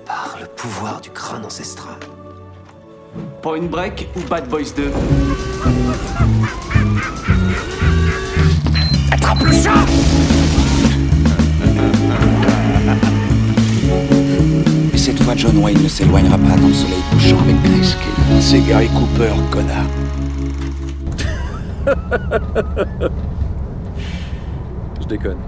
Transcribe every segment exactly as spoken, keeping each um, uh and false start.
par le pouvoir du crâne ancestral. Point Break ou Bad Boys deux? Attrape le chat! Et cette fois, John Wayne ne s'éloignera pas dans le soleil couchant avec Grayskull. C'est Gary Cooper, connard. Je déconne.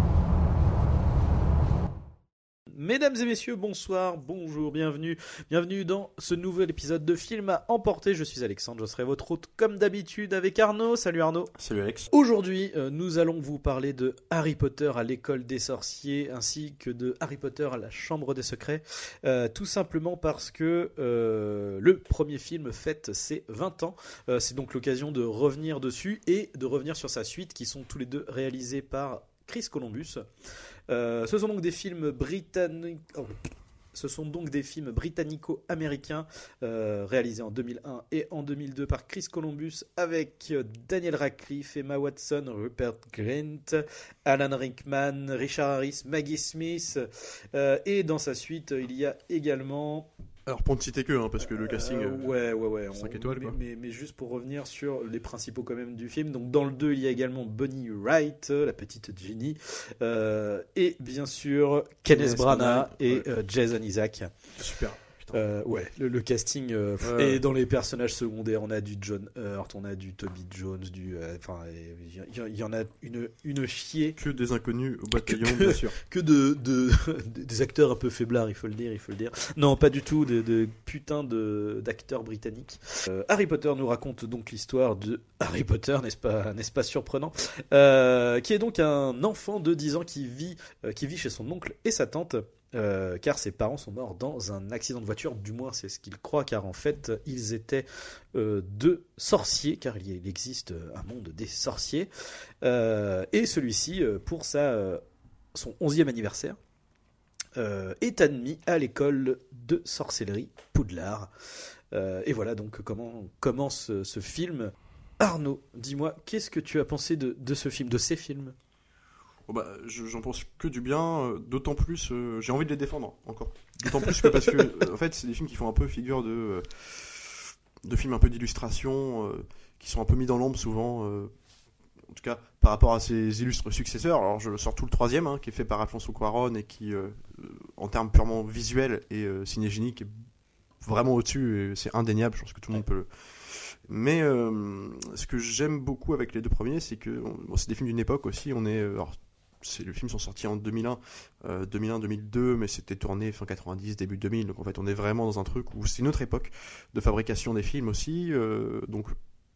Mesdames et messieurs, bonsoir, bonjour, bienvenue, bienvenue dans ce nouvel épisode de Film à emporter. Je suis Alexandre, je serai votre hôte comme d'habitude avec Arnaud. Salut Arnaud. Salut Alex. Aujourd'hui, euh, nous allons vous parler de Harry Potter à l'école des sorciers ainsi que de Harry Potter à la chambre des secrets. Euh, tout simplement parce que euh, le premier film fête ses vingt ans. Euh, c'est donc l'occasion de revenir dessus et de revenir sur sa suite qui sont tous les deux réalisés par Chris Columbus. Euh, ce sont donc des films britanniques. Oh. Ce sont donc des films britannico-américains euh, réalisés en deux mille un et en deux mille deux par Chris Columbus avec Daniel Radcliffe, Emma Watson, Rupert Grint, Alan Rickman, Richard Harris, Maggie Smith euh, et dans sa suite il y a également... Alors pour ne citer que, hein, parce que le casting... Euh, ouais, ouais, ouais. cinq on, étoiles, quoi. Mais, mais, mais juste pour revenir sur les principaux quand même du film. Donc dans le deux, il y a également Bonnie Wright, la petite Ginny, euh, et bien sûr Kenneth Kenneth Branagh Branagh, et ouais. euh, Jason Isaac. Super. Euh, ouais, le, le casting. Euh, Ouais. Et dans les personnages secondaires, on a du John Hurt, on a du Toby Jones, du. Enfin, il y, y, y en a une, une chier. Que des inconnus au bataillon, Que- bien sûr. Que de, de, des acteurs un peu faiblards, il faut le dire, il faut le dire. Non, pas du tout, de, de putain de, d'acteurs britanniques. Euh, Harry Potter nous raconte donc l'histoire de Harry Potter, n'est-ce pas, n'est-ce pas surprenant, euh, qui est donc un enfant de dix ans qui vit, euh, qui vit chez son oncle et sa tante. Euh, car ses parents sont morts dans un accident de voiture, du moins c'est ce qu'ils croient, car en fait ils étaient euh, deux sorciers, car il, il existe un monde des sorciers, euh, et celui-ci, euh, pour sa, euh, son onzième anniversaire, euh, est admis à l'école de sorcellerie Poudlard. Euh, et voilà donc comment commence ce, ce film. Arnaud, dis-moi, qu'est-ce que tu as pensé de, de ce film, de ces films ? Bon, bah, je- j'en pense que du bien, euh, d'autant plus, euh, j'ai envie de les défendre encore. D'autant plus que parce que, euh, en fait, c'est des films qui font un peu figure de, euh, de films un peu d'illustration, euh, qui sont un peu mis dans l'ombre souvent, euh, en tout cas par rapport à ses illustres successeurs. Alors je sors tout le troisième, hein, qui est fait par Alfonso Cuarón et qui, euh, euh, en termes purement visuels et euh, cinégéniques, est vraiment au-dessus, et c'est indéniable, je pense que tout le monde peut le... Mais euh, ce que j'aime beaucoup avec les deux premiers, c'est que on- bon, c'est des films d'une époque aussi. On est, euh, alors, c'est, les films sont sortis en deux mille un, euh, deux mille un, deux mille deux, mais c'était tourné fin quatre-vingt-dix, début deux mille. Donc en fait, on est vraiment dans un truc où c'est une autre époque de fabrication des films aussi. euh, donc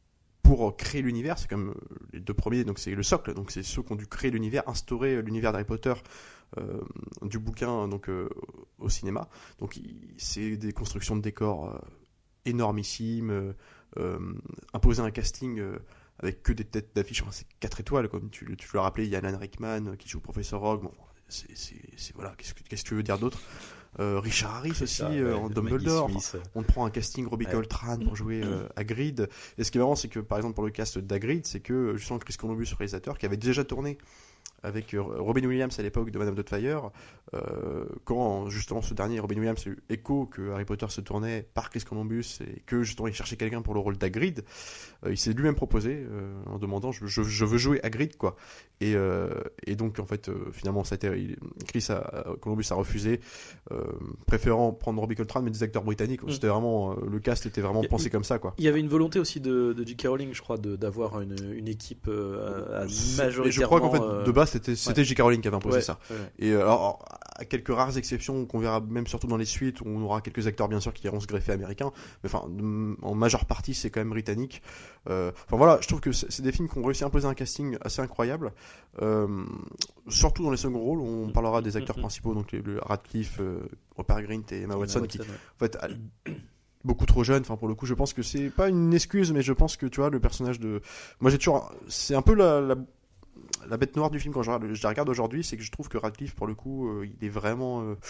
pour créer l'univers, c'est comme euh, les deux premiers, donc c'est le socle. Donc c'est ceux qui ont dû créer l'univers, instaurer euh, l'univers d'Harry Potter euh, du bouquin donc euh, au cinéma. Donc il- c'est des constructions de décors euh, énormissimes. euh, euh, imposer un casting euh, avec que des têtes d'affiche, enfin, c'est quatre étoiles, comme tu, tu l'as rappelé. Il y a Alan Rickman euh, qui joue Professeur Rogue. Bon, c'est, c'est, c'est- voilà, qu'est-ce que, qu'est-ce que tu veux dire d'autre? Euh, Richard Harris aussi, euh, en Dumbledore. Enfin, on te prend un casting Robbie Ouais. Coltrane pour jouer euh, Hagrid. Et ce qui est marrant, c'est que par exemple pour le cast d'Hagrid, c'est que justement Chris Columbus, le réalisateur, qui avait déjà tourné avec euh, Robin Williams à l'époque de Madame Doubtfire, euh, quand justement ce dernier, Robin Williams, a eu écho que Harry Potter se tournait par Chris Columbus et que justement il cherchait quelqu'un pour le rôle d'Hagrid, euh, il s'est lui-même proposé euh, en demandant je, je, je veux jouer Hagrid, quoi. Et, euh, et donc en fait euh, finalement ça a été, il- Chris a, Columbus a refusé, euh, préférant prendre Robbie Coltrane mais des acteurs britanniques. Mm. C'était vraiment, euh, le cast était vraiment Y a- pensé y- comme ça, quoi. Il y avait une volonté aussi de, de J K. Rowling, je crois, de, d'avoir une, une équipe euh, à majoritairement... Et je crois qu'en fait euh, de base c'était, c'était ouais. J K. Rowling qui avait imposé ouais, ça. ouais. Et euh, alors, à quelques rares exceptions qu'on verra même surtout dans les suites, où on aura quelques acteurs bien sûr qui iront se greffer américains, mais enfin de- en majeure partie c'est quand même britannique. Euh, Enfin voilà, je trouve que c'est, c'est des films qui ont réussi à imposer un casting assez incroyable, euh, surtout dans les seconds rôles. On parlera des acteurs Mhm. principaux, donc les, le Radcliffe, euh, Rupert Grint et Emma Watson, Emma qui Watson, ouais. en fait, à- beaucoup trop jeune. Enfin, pour le coup, je pense que c'est pas une excuse, mais je pense que tu vois, le personnage de. Moi, j'ai toujours. C'est un peu la, la, la bête noire du film quand je, regarde- je la regarde aujourd'hui, c'est que je trouve que Radcliffe, pour le coup, euh, il est vraiment. euh,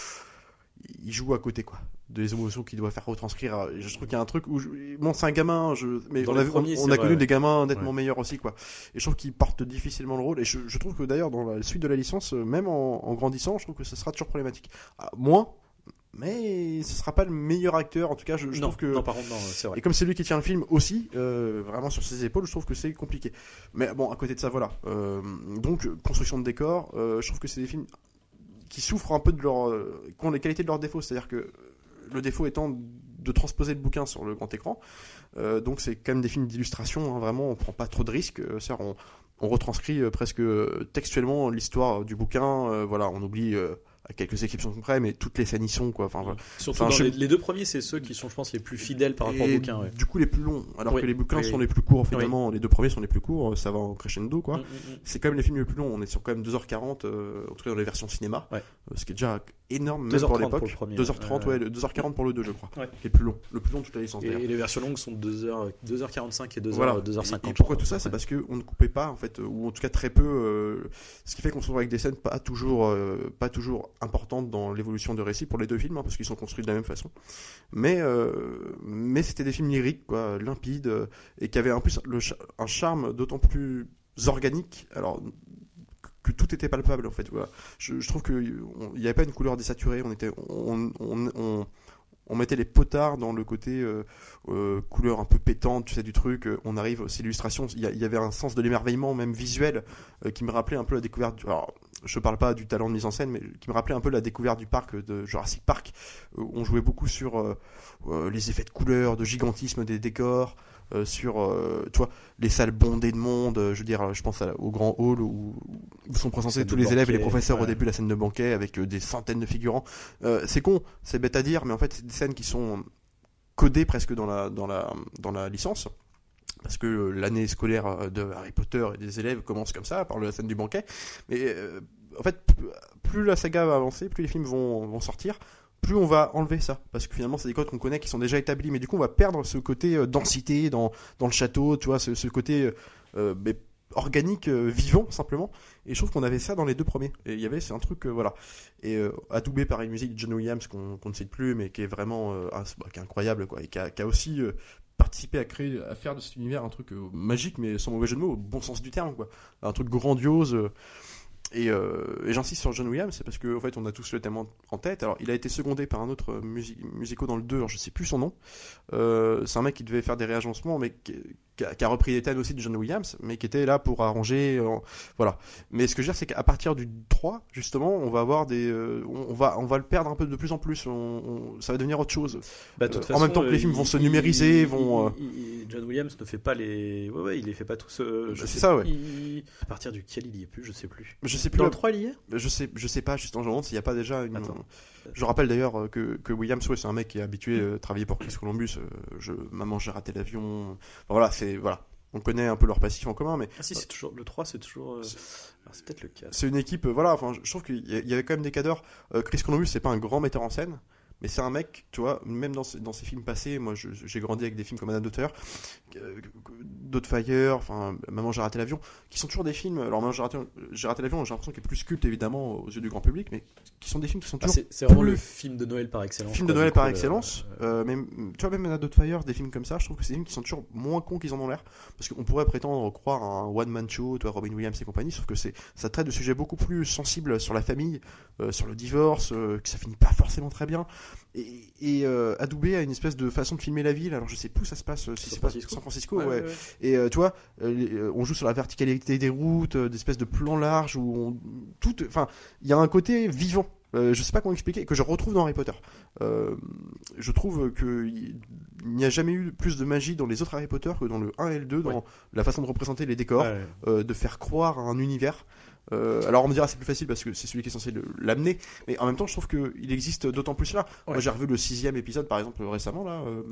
il joue à côté, quoi. Des émotions qu'il doit faire retranscrire. Je trouve qu'il y a un truc où. Je... Bon, c'est un gamin, je... mais Dans on les a, premiers, on, on c'est a vrai, connu ouais. des gamins nettement Ouais. meilleurs aussi, quoi. Et je trouve qu'il porte difficilement le rôle. Et je, je trouve que d'ailleurs, dans la suite de la licence, euh, même en, en grandissant, je trouve que ça sera toujours problématique. Ah, moins. mais ce sera pas le meilleur acteur. En tout cas, je, je non, trouve que. Non, par contre, non, c'est vrai. Et comme c'est lui qui tient le film aussi, euh, vraiment sur ses épaules, je trouve que c'est compliqué. Mais bon, à côté de ça, voilà. Euh, donc, construction de décor, euh, je trouve que c'est des films qui souffrent un peu de leur. Euh, qui ont les qualités de leurs défauts. C'est-à-dire que le défaut étant de transposer le bouquin sur le grand écran. Euh, donc, c'est quand même des films d'illustration, hein, vraiment, on prend pas trop de risques. Euh, c'est-à-dire, on, on retranscrit euh, presque euh, textuellement l'histoire du bouquin. Euh, voilà, on oublie. Euh, à quelques exceptions près, mais toutes les scènes y sont, quoi. Enfin, voilà. Surtout enfin, dans je... les, les deux premiers, c'est ceux qui sont, je pense, les plus fidèles par rapport et au bouquin. Ouais. Du coup, les plus longs, alors oui, que les bouquins oui, sont oui. les plus courts, finalement. Oui. Les deux premiers sont les plus courts, ça va en crescendo, quoi. Mm, mm, mm. C'est quand même les films les plus longs. On est sur quand même deux heures quarante, euh, en tout cas dans les versions cinéma, ouais. euh, ce qui est déjà énorme, même pour l'époque. Pour le deux heures trente, ouais, ouais, deux heures quarante pour le deux, je crois. Ouais. Qui est le plus long, le plus long de toute la licence. Et, et les versions longues sont deux heures, deux heures quarante-cinq et deux heures, voilà. deux heures cinquante. Et, et pourquoi tout ça, c'est parce qu'on ne coupait pas, en fait, ou en tout cas très peu, euh, ce qui fait qu'on se retrouve avec des scènes pas toujours, euh, pas toujours importantes dans l'évolution de récit pour les deux films, hein, parce qu'ils sont construits de la même façon. Mais, euh, mais c'était des films lyriques, quoi, limpides, euh, et qui avaient en plus le, un charme d'autant plus organique. Alors, que tout était palpable, en fait. Voilà. Je, je trouve qu'il n'y avait pas une couleur désaturée. On était, on, on, on, on mettait les potards dans le côté euh, euh, couleur un peu pétante, tu sais, du truc. Euh, on arrive, c'est l'illustration. Il y, y avait un sens de l'émerveillement, même visuel, euh, qui me rappelait un peu la découverte. Du, alors, je parle pas du talent de mise en scène, mais qui me rappelait un peu la découverte du parc de Jurassic Park. Euh, on jouait beaucoup sur euh, euh, les effets de couleur, de gigantisme des décors. Euh, sur euh, tu vois, les salles bondées de monde, euh, je veux dire, je pense à, au grand hall où, où sont présentés tous les banquet, élèves et les professeurs ouais. Au début, la scène de banquet avec euh, des centaines de figurants. Euh, c'est con, c'est bête à dire, mais en fait, c'est des scènes qui sont codées presque dans la, dans la, dans la licence. Parce que euh, l'année scolaire de Harry Potter et des élèves commence comme ça, par la scène du banquet. Mais euh, en fait, plus la saga va avancer, plus les films vont, vont sortir, plus on va enlever ça, parce que finalement c'est des codes qu'on connaît qui sont déjà établis, mais du coup on va perdre ce côté euh, densité dans, dans le château, tu vois, ce, ce côté euh, mais, organique, euh, vivant simplement, et je trouve qu'on avait ça dans les deux premiers, et il y avait, c'est un truc, euh, voilà, et euh, adoubé par une musique de John Williams qu'on, qu'on ne cite plus, mais qui est vraiment euh, un, bah, qui est incroyable, quoi, et qui a, qui a aussi euh, participé à créer, à faire de cet univers un truc euh, magique, mais sans mauvais jeu de mots, au bon sens du terme, quoi, un truc grandiose, euh, Et, euh, et j'insiste sur John Williams, c'est parce qu'en en fait, on a tous le thème en, en tête. Alors, il a été secondé par un autre music, musico dans le deux, alors je sais plus son nom. Euh, c'est un mec qui devait faire des réagencements, mais qui, qui, a, qui a repris les thèmes aussi de John Williams, mais qui était là pour arranger. Euh, voilà. Mais ce que je veux dire, c'est qu'à partir du trois, justement, on va avoir des. Euh, on, va, on va le perdre un peu de plus en plus. On, on, ça va devenir autre chose. Bah, de toute euh, façon, en même temps que les films il, vont se il, numériser, il, vont. Euh... Il, il, John Williams ne fait pas les. Ouais, ouais, il les fait pas tous. Euh, c'est ça, ouais. Il... À partir duquel il y est plus, je sais plus. Je sais plus. Dans le trois, il y est ? Je sais, je sais pas, justement, je me demande s'il n'y a pas déjà une. Attends. Je rappelle d'ailleurs que, que Williams, ouais, c'est un mec qui est habitué à travailler pour Chris Columbus. Euh, je, maman, j'ai raté l'avion. Enfin, voilà, c'est. Voilà. On connaît un peu leur passif en commun, mais. Ah si, c'est toujours. Le trois, c'est toujours. Euh... C'est... Alors, c'est peut-être le cas. C'est une équipe, euh, voilà, enfin, je trouve qu'il y avait quand même des cadres. Euh, Chris Columbus, c'est pas un grand metteur en scène. Mais c'est un mec, tu vois, même dans, dans ses films passés, moi je, j'ai grandi avec des films comme Madame Daughter, euh, Doubtfire, enfin Maman j'ai raté l'avion, qui sont toujours des films. Alors Maman j'ai raté, j'ai raté l'avion, j'ai l'impression qu'il est plus culte évidemment aux yeux du grand public, mais qui sont des films qui sont toujours. Ah, c'est, c'est vraiment le film de Noël par excellence. Film de Noël par excellence. Euh, même, tu vois, même Madame Doubtfire, des films comme ça, je trouve que c'est des films qui sont toujours moins cons qu'ils en ont l'air. Parce qu'on pourrait prétendre croire à un one-man show, tu vois, Robin Williams et compagnie, sauf que c'est, ça traite de sujets beaucoup plus sensibles sur la famille, euh, sur le divorce, euh, que ça finit pas forcément très bien. Et, et euh, adoubé à une espèce de façon de filmer la ville. Alors je sais plus où ça se passe, si c'est pas San Francisco, ouais. ouais. ouais. Et euh, tu vois, euh, on joue sur la verticalité des routes, euh, des espèces de plans larges où on, tout, enfin, il y a un côté vivant. Euh, je sais pas comment expliquer, que je retrouve dans Harry Potter. Euh, je trouve qu'il n'y a jamais eu plus de magie dans les autres Harry Potter que dans le un et le deux, dans ouais. la façon de représenter les décors, ouais. euh, de faire croire à un univers. Euh, alors on me dira c'est plus facile parce que c'est celui qui est censé le, l'amener, mais en même temps je trouve qu'il existe d'autant plus là. Ouais. Moi j'ai revu le sixième épisode par exemple récemment là, euh,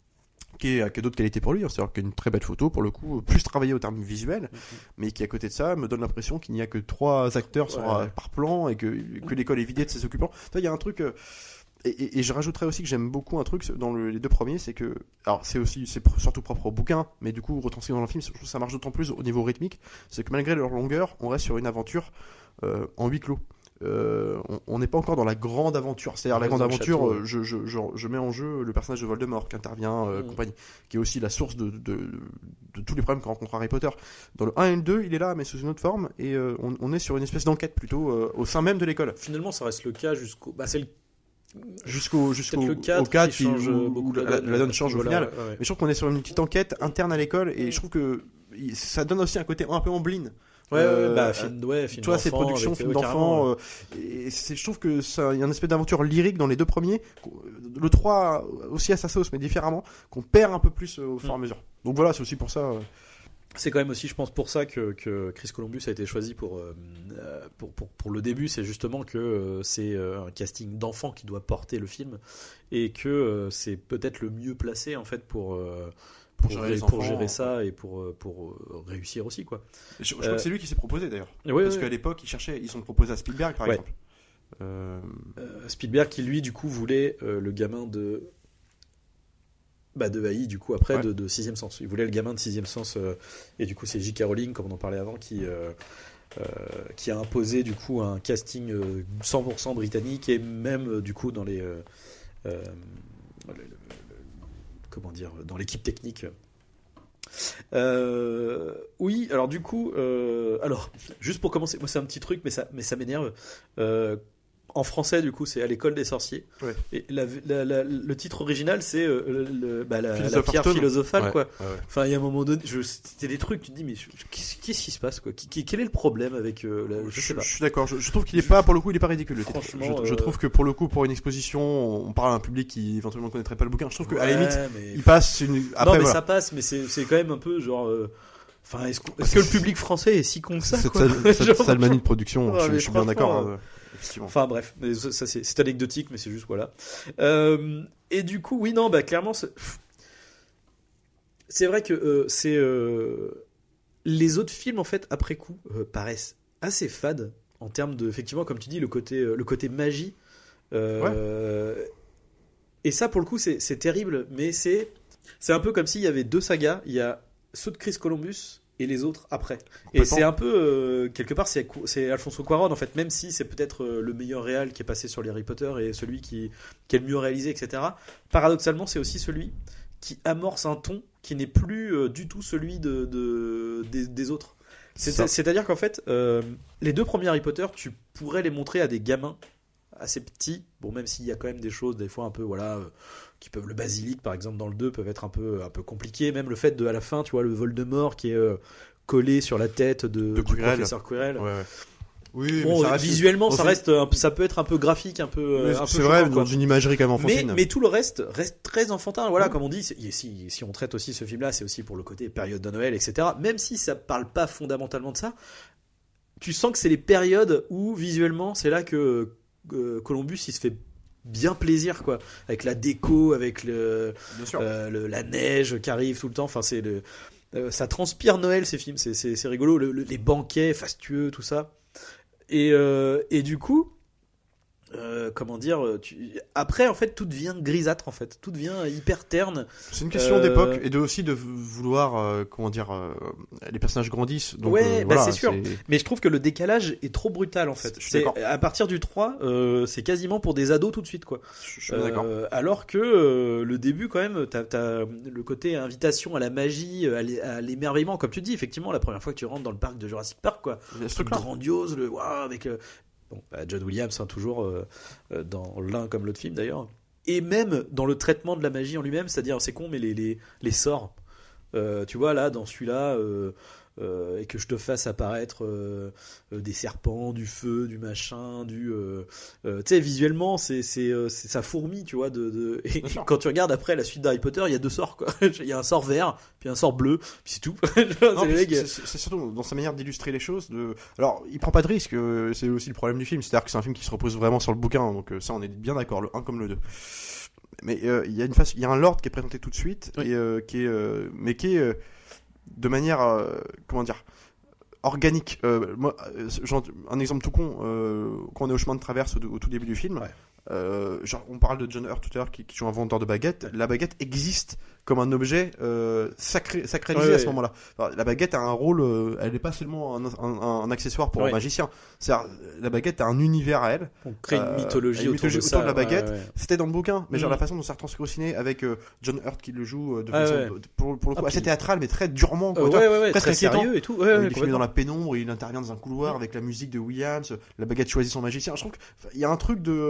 qui, est, qui a d'autres qualités pour lui, hein, c'est-à-dire qu'il y a une très belle photo pour le coup, plus travaillé au terme visuel, mm-hmm. mais qui à côté de ça me donne l'impression qu'il n'y a que trois acteurs sur, ouais. par plan et que, que l'école est vidée de ses occupants. Il y a un truc... Euh, Et, et, et je rajouterais aussi que j'aime beaucoup un truc dans le, les deux premiers, c'est que, alors c'est aussi, c'est surtout propre au bouquin, mais du coup retranscrit dans le film, je trouve que ça marche d'autant plus au niveau rythmique, c'est que malgré leur longueur, on reste sur une aventure euh, en huis clos. Euh, on n'est pas encore dans la grande aventure, c'est-à-dire la grande aventure, château, euh, je, je, je, je mets en jeu le personnage de Voldemort qui intervient, euh, mmh. compagnie, qui est aussi la source de, de, de, de tous les problèmes que rencontre Harry Potter. Dans le un et le deux, il est là, mais sous une autre forme, et euh, on, on est sur une espèce d'enquête plutôt euh, au sein même de l'école. Finalement, ça reste le cas jusqu'au. Bah, c'est le jusqu'au jusqu'au le quatre au quatre qui qui- change où, beaucoup où la, la donne. la donne change au Voilà, final. ouais, ouais. Mais je trouve qu'on est sur une petite enquête interne à l'école et je trouve que il- ça donne aussi un côté un peu Amblin. Ouais, ouais, Euh, bah, film, ouais, film tu vois, ces d'enfant productions, avec- films ouais, d'enfants, carrément, euh, et c'est, je trouve que ça, il y a un aspect d'aventure lyrique dans les deux premiers. Le trois aussi à sa sauce, mais différemment, qu'on perd un peu plus euh, au fur et à Mm. mesure. Donc voilà, c'est aussi pour ça. euh, C'est quand même aussi, je pense, pour ça que, que Chris Columbus a été choisi pour, euh, pour, pour, pour le début. C'est justement que euh, c'est euh, un casting d'enfants qui doit porter le film et que euh, c'est peut-être le mieux placé en fait pour, euh, pour, gérer gérer, les pour enfants, gérer ouais. ça et pour, euh, pour euh, réussir aussi, quoi. Je, je Euh, crois que c'est lui qui s'est proposé d'ailleurs. Ouais, Parce ouais. qu'à l'époque, ils cherchaient, ils sont proposés à Spielberg par Ouais. exemple. Euh, Euh, Spielberg qui lui du coup voulait euh, le gamin de bah de Haï du coup après Ouais. de, de Sixième Sens. Il voulait le gamin de Sixième Sens euh, et du coup c'est J K Rowling comme on en parlait avant qui euh, euh, qui a imposé du coup un casting euh, cent pour cent britannique et même euh, du coup dans les euh, euh, le- le- le- comment dire dans l'équipe technique. Euh, oui, alors du coup, euh, alors juste pour commencer, moi c'est un petit truc, mais ça, mais ça m'énerve. Euh, en français, du coup, c'est à l'école des sorciers. Ouais. Et la, la- la- le titre original, c'est euh, le, le- bah, la, la Philosopher's pierre Stone. philosophale, ouais, quoi. ouais, ouais. Enfin, il y a un moment donné, je, c'était des trucs, tu te dis, mais je- qu'est-ce, qu'est-ce qui se passe, quoi Qui- qui- Quel est le problème avec euh, la, je Je, sais pas. je suis d'accord. Je, je trouve qu'il est pas, pour le coup, il est pas ridicule. Le titre. Franchement, je, je euh, trouve que pour le coup, pour une exposition, on parle à un public qui éventuellement connaîtrait pas le bouquin. Je trouve qu'à la Ouais, limite, mais- il passe une. Après, non, mais voilà. ça passe, mais c'est, c'est quand même un peu genre. euh, Enfin, est-ce, qu'on- est-ce que le public français est si con que ça, Cette quoi sale, cette Genre- sale manie de production, Ouais, je, mais je suis bien franchement, d'accord. euh, hein, effectivement. Enfin bref, mais ça, ça, c'est, c'est anecdotique, mais c'est juste voilà. Euh, et du coup, oui, non, bah clairement, c'est, c'est vrai que euh, c'est euh, les autres films en fait après coup euh, paraissent assez fades en termes de, effectivement, comme tu dis, le côté, euh, le côté magie. Euh, Et ça, pour le coup, c'est, c'est terrible, mais c'est, c'est un peu comme s'il y avait deux sagas. Il y a ceux de Chris Columbus et les autres après. Et Complètement. c'est un peu euh, quelque part c'est, c'est Alfonso Cuarón en fait, même si c'est peut-être euh, le meilleur réal qui est passé sur les Harry Potter et celui qui, qui est le mieux réalisé, et cetera. Paradoxalement, c'est aussi celui qui amorce un ton qui n'est plus euh, du tout celui de, de des, des autres. C'est, Ça. c'est-à-dire qu'en fait, euh, les deux premiers Harry Potter, tu pourrais les montrer à des gamins assez petits. Bon, même s'il y a quand même des choses des fois un peu voilà euh, qui peuvent, le basilic par exemple dans le deux peuvent être un peu un peu compliqués. Même le fait de à la fin, tu vois le Voldemort qui est euh, collé sur la tête de, De du Quirrell. professeur Quirrell. Ouais, ouais. Oui, Bon, mais ça reste- visuellement, dans ça une- reste, un peu- ça peut être un peu graphique, un peu. euh, Oui, un peu c'est vrai, choquant, quoi. dans une imagerie quand même Mais, enfantine. mais tout le reste reste très enfantin. Voilà, Mm. comme on dit, c'est- si, si on traite aussi ce film-là, c'est aussi pour le côté période de Noël, et cetera. Même si ça parle pas fondamentalement de ça, tu sens que c'est les périodes où visuellement, c'est là que euh, Columbus il se fait bien plaisir, quoi, avec la déco, avec le, Bien sûr. euh, le- la neige qui arrive tout le temps. Enfin, c'est le, euh, ça transpire Noël ces films. C'est, c'est, c'est rigolo, le- le- les banquets fastueux, tout ça. Et, euh, et du coup, euh, comment dire, tu... après en fait tout devient grisâtre en fait, tout devient hyper terne. C'est une question Euh, d'époque et de aussi de vouloir, euh, comment dire, euh, les personnages grandissent. Donc, Ouais, euh, bah, voilà, c'est sûr. Mais je trouve que le décalage est trop brutal en fait. Je suis C'est, d'accord. à partir du trois, euh, c'est quasiment pour des ados tout de suite, quoi. Je suis bien d'accord. Euh, alors que euh, le début quand même, t'as, t'as le côté invitation à la magie, à, l'é- à l'émerveillement, comme tu dis, effectivement la première fois que tu rentres dans le parc de Jurassic Park, quoi. Il y a ce Truc truc-là. grandiose, le waouh, avec euh, bon, bah, John Williams, hein, toujours euh, euh, dans l'un comme l'autre film d'ailleurs. Et même dans le traitement de la magie en lui-même, c'est-à-dire, c'est con, mais les, les, les sorts, euh, tu vois, là, dans celui-là, euh, euh, et que je te fasse apparaître euh, euh, des serpents, du feu, du machin, du. Euh, euh, tu sais, visuellement, c'est, c'est, euh, c'est ça fourmille, tu vois. De, de... Et Bien sûr. quand tu regardes après la suite d'Harry Potter, il y a deux sorts, quoi. Il y a un sort vert, puis un sort bleu, puis c'est tout. Non, C'est puis le mec, c'est, c'est- c'est surtout dans sa manière d'illustrer les choses. De... Alors, il prend pas de risque, euh, c'est aussi le problème du film. C'est-à-dire que c'est un film qui se repose vraiment sur le bouquin, donc euh, ça, on est bien d'accord, le un comme le deux. Mais euh, il y a une face, il y a un lord qui est présenté tout de suite, Oui. et euh, qui est, euh, mais qui est euh, de manière, euh, comment dire, organique. Euh, moi, euh, genre, un exemple tout con, euh, quand on est au chemin de traverse au, au tout début du film. Ouais. Euh, genre, on parle de John Hurt tout à l'heure qui, qui joue un vendeur de baguettes. Ouais. La baguette existe comme un objet euh, sacré, sacralisé Ouais, à ce ouais. moment-là. Alors, la baguette a un rôle, euh, elle n'est pas seulement un, un- un accessoire pour Ouais. un magicien. C'est-à-dire, la baguette a un univers à elle. on crée une Euh, mythologie, une autour, mythologie de autour ça. de la baguette. Ouais, ouais. C'était dans le bouquin, mais genre Mhm. la façon dont ça retranscrit au ciné avec euh, John Hurt qui le joue euh, de Ah, façon, ouais. pour, pour le coup Ah, assez puis- théâtrale, mais très durement. Quoi, Euh, tu vois. ouais, ouais, ouais, presque très inquiétant. sérieux et tout. Ouais, Euh, ouais, il est filmé dans complètement. la pénombre, il intervient dans un couloir avec la musique de Williams, la baguette choisit son magicien. Je trouve qu'il y a un truc de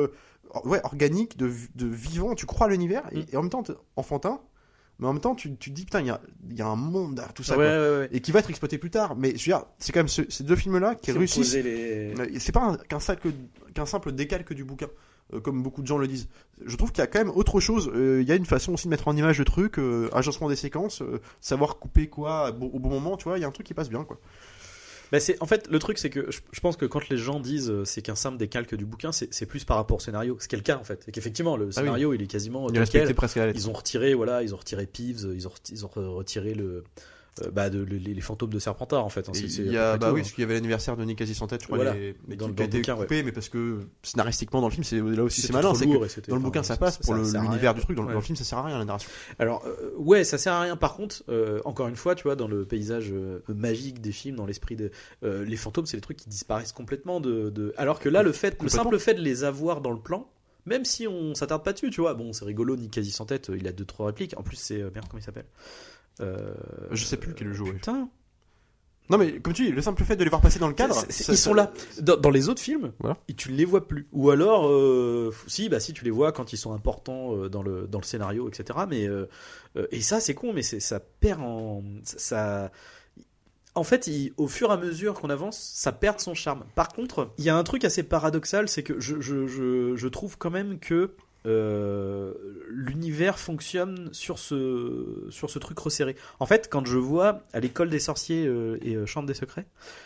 ouais, organique, de, de vivant. Tu crois à l'univers et, Mm. et en même temps t'es enfantin. Mais en même temps, tu, tu te dis, putain, il y a, y a un monde derrière tout ça, ouais, quoi. ouais, ouais. Et qui va être exploité plus tard. Mais je veux dire, c'est quand même ce- ces deux films-là qui Qui ont réussissent. posé les... Euh, C'est pas un- qu'un, simple, qu'un simple décalque du bouquin, euh, comme beaucoup de gens le disent. Je trouve qu'il y a quand même autre chose. Euh, Il y a une façon aussi de mettre en image le truc, euh, agencement des séquences, euh, savoir couper quoi au, au bon moment, tu vois. Il y a un truc qui passe bien, quoi. Bah c'est, en fait, le truc, c'est que je, je pense que quand les gens disent euh, c'est qu'un simple décalque du bouquin, c'est, c'est plus par rapport au scénario. Ce qui est le cas, en fait. Et qu'effectivement, le scénario, il est quasiment Il est tel respecté quel. presque à la lettre. Ils ont retiré, voilà, ils ont retiré Peeves, ils ont, ils ont retiré le, euh, bah, de, les, les fantômes de Serpentard, en fait. Hein, Et c'est, c'est il y à a, peu près bah tout, oui, hein. parce qu'il y avait l'anniversaire de Nick sans tête, je crois, Voilà. les, mais Dans qui, le- qui a dans le été bouquin, coupé, mais parce que scénaristiquement dans le film, c'est là aussi c'est C'était malin, trop c'est lourd que et c'était- dans le enfin, bouquin ça ça- passe ça- pour ça le- sert à l'univers rien. du truc, dans, le- Ouais. dans le film ça sert à rien la narration. Alors, euh, ouais, ça sert à rien. Par contre, euh, encore une fois, tu vois, dans le paysage euh, magique des films, dans l'esprit de euh, les fantômes, c'est des trucs qui disparaissent complètement. De, de... Alors que là, le fait, le Complètement. simple fait de les avoir dans le plan, même si on s'attarde pas dessus, tu vois, bon, c'est rigolo, Nick quasi sans tête, il a deux trois répliques. En plus, c'est euh, merde, comment il s'appelle euh... Je sais plus lequel le joue. ouais. Putain. Non mais comme tu dis, le simple fait de les voir passer dans le cadre, C'est- c'est- ça- ils ça- sont là. Dans, dans les autres films, Voilà. et tu les vois plus. Ou alors, euh, si, bah si, tu les vois quand ils sont importants euh, dans le dans le scénario, et cetera. Mais euh, euh, et ça, c'est con, mais c'est ça perd en ça. ça- En fait, il- au fur et à mesure qu'on avance, ça perd son charme. Par contre, il y a un truc assez paradoxal, c'est que je je je, je trouve quand même que euh, l'univers fonctionne sur ce sur ce truc resserré. En fait, quand je vois à l'école des sorciers euh, et euh, Chambre des secrets,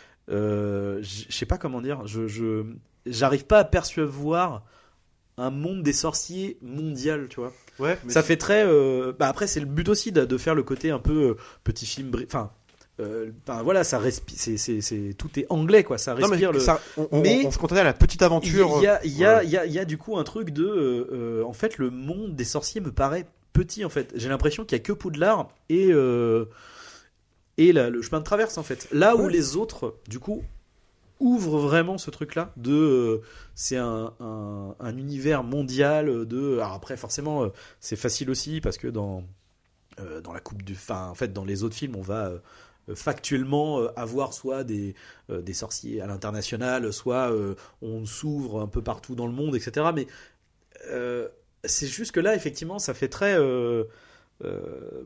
euh, j- je sais pas comment dire, je je j'arrive pas à percevoir un monde des sorciers mondial, tu vois. Ouais, mais Ça fait très euh, bah après c'est le but aussi de, de faire le côté un peu euh, petit film bri- enfin euh, enfin, voilà, ça respire, c'est c'est c'est tout est anglais quoi, ça non, mais respire le ça, on, on- Mais- on se contentait à la petite il aventure. y a, il y, a, Ouais. il y, a, il y a du coup un truc de. euh, euh, en fait, le monde des sorciers me paraît petit en fait. J'ai l'impression qu'il y a que Poudlard et, euh, et la- le chemin de traverse en fait. Là où Ouais. les autres, du coup, ouvrent vraiment ce truc là de. euh, c'est un, un, un univers mondial de. Alors après, forcément, euh, c'est facile aussi parce que dans. euh, dans la coupe du. Enfin, en fait, dans les autres films, on va. euh, factuellement euh, avoir soit des, euh, des sorciers à l'international, soit euh, on s'ouvre un peu partout dans le monde, et cetera. Mais euh, c'est juste que là, effectivement, ça fait très... euh, euh,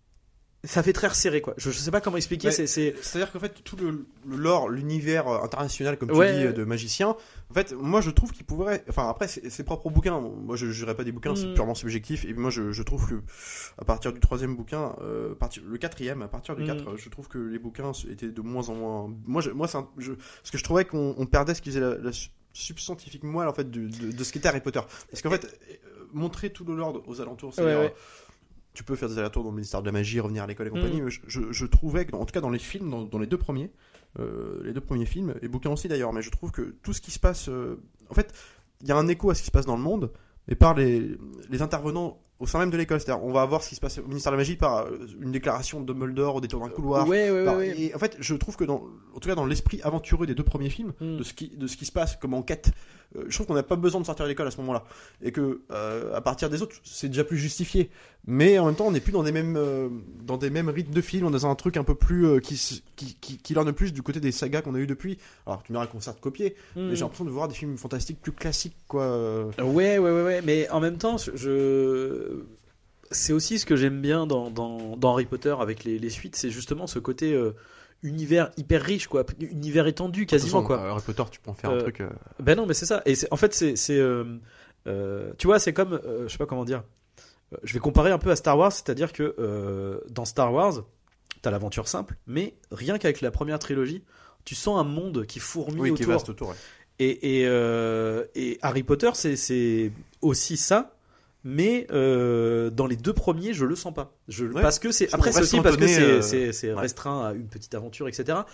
ça fait très resserré, quoi. Je, je sais pas comment expliquer, Ouais. c'est... c'est... C'est-à-dire qu'en fait, tout le, le lore, l'univers euh, international, comme tu Ouais. dis, euh, de magicien, en fait, moi je trouve qu'il pourrait. Enfin, après, c'est c'est propre au bouquin. Moi, je jugerai pas des bouquins, c'est Mm. purement subjectif. Et moi, je, je trouve que, à partir du troisième bouquin, euh, partir, le quatrième, à partir du Mm. quatre, je trouve que les bouquins étaient de moins en moins. Moi, je, moi c'est un- je, parce que je trouvais qu'on on perdait ce qui faisait la, la su- substantifique moelle, en fait, de, de, de ce qu'était Harry Potter. Parce qu'en fait, euh, montrer tout le lore aux alentours, c'est. Ouais, ouais. Tu peux faire des allers-retours dans le ministère de la magie, revenir à l'école et compagnie, Mm. mais je, je, je trouvais que, en tout cas dans les films, dans, dans les deux premiers, euh, les deux premiers films, et bouquins aussi d'ailleurs, mais je trouve que tout ce qui se passe, euh, en fait, il y a un écho à ce qui se passe dans le monde, et par les, les intervenants au sein même de l'école. C'est-à-dire, on va voir ce qui se passe au ministère de la magie par euh, une déclaration de Dumbledore au détour d'un couloir. Ouais, ouais, ouais, Par- ouais. Et en fait, je trouve que dans, en tout cas dans l'esprit aventureux des deux premiers films, Mm. de ce qui, de ce qui se passe comme enquête, euh, je trouve qu'on n'a pas besoin de sortir de l'école à ce moment-là, et que euh, à partir des autres, c'est déjà plus justifié. Mais en même temps, on n'est plus dans des mêmes, euh, dans des mêmes rythmes de film, on est dans un truc un peu plus euh, qui, s- qui, qui, qui lorne plus du côté des sagas qu'on a eu depuis. Alors, tu me diras qu'on s'est copié, Mm. mais j'ai l'impression de voir des films fantastiques plus classiques, quoi. euh. Ouais, ouais, ouais, ouais, mais en même temps, je... c'est aussi ce que j'aime bien dans, dans, dans Harry Potter avec les, les suites, c'est justement ce côté euh, univers hyper riche, quoi, univers étendu quasiment, De toute quoi. façon, Harry Potter, tu peux en faire Euh, un truc. euh, Ben non, mais c'est ça. Et c'est- en fait, c'est, c'est euh, euh, tu vois, c'est comme, euh, je sais pas comment dire. Euh, Je vais comparer un peu à Star Wars, c'est-à-dire que euh, dans Star Wars, t'as l'aventure simple, mais rien qu'avec la première trilogie, tu sens un monde qui fourmille Oui, autour. qui est vaste autour. ouais. Et, et, euh, et Harry Potter, c'est, c'est aussi ça, mais euh, dans les deux premiers, je le sens pas. Je, Ouais. parce que c'est Parce après qu'on c'est reste aussi parce que cantonné, c'est, euh, c'est, c'est ouais. restreint à une petite aventure, et cetera.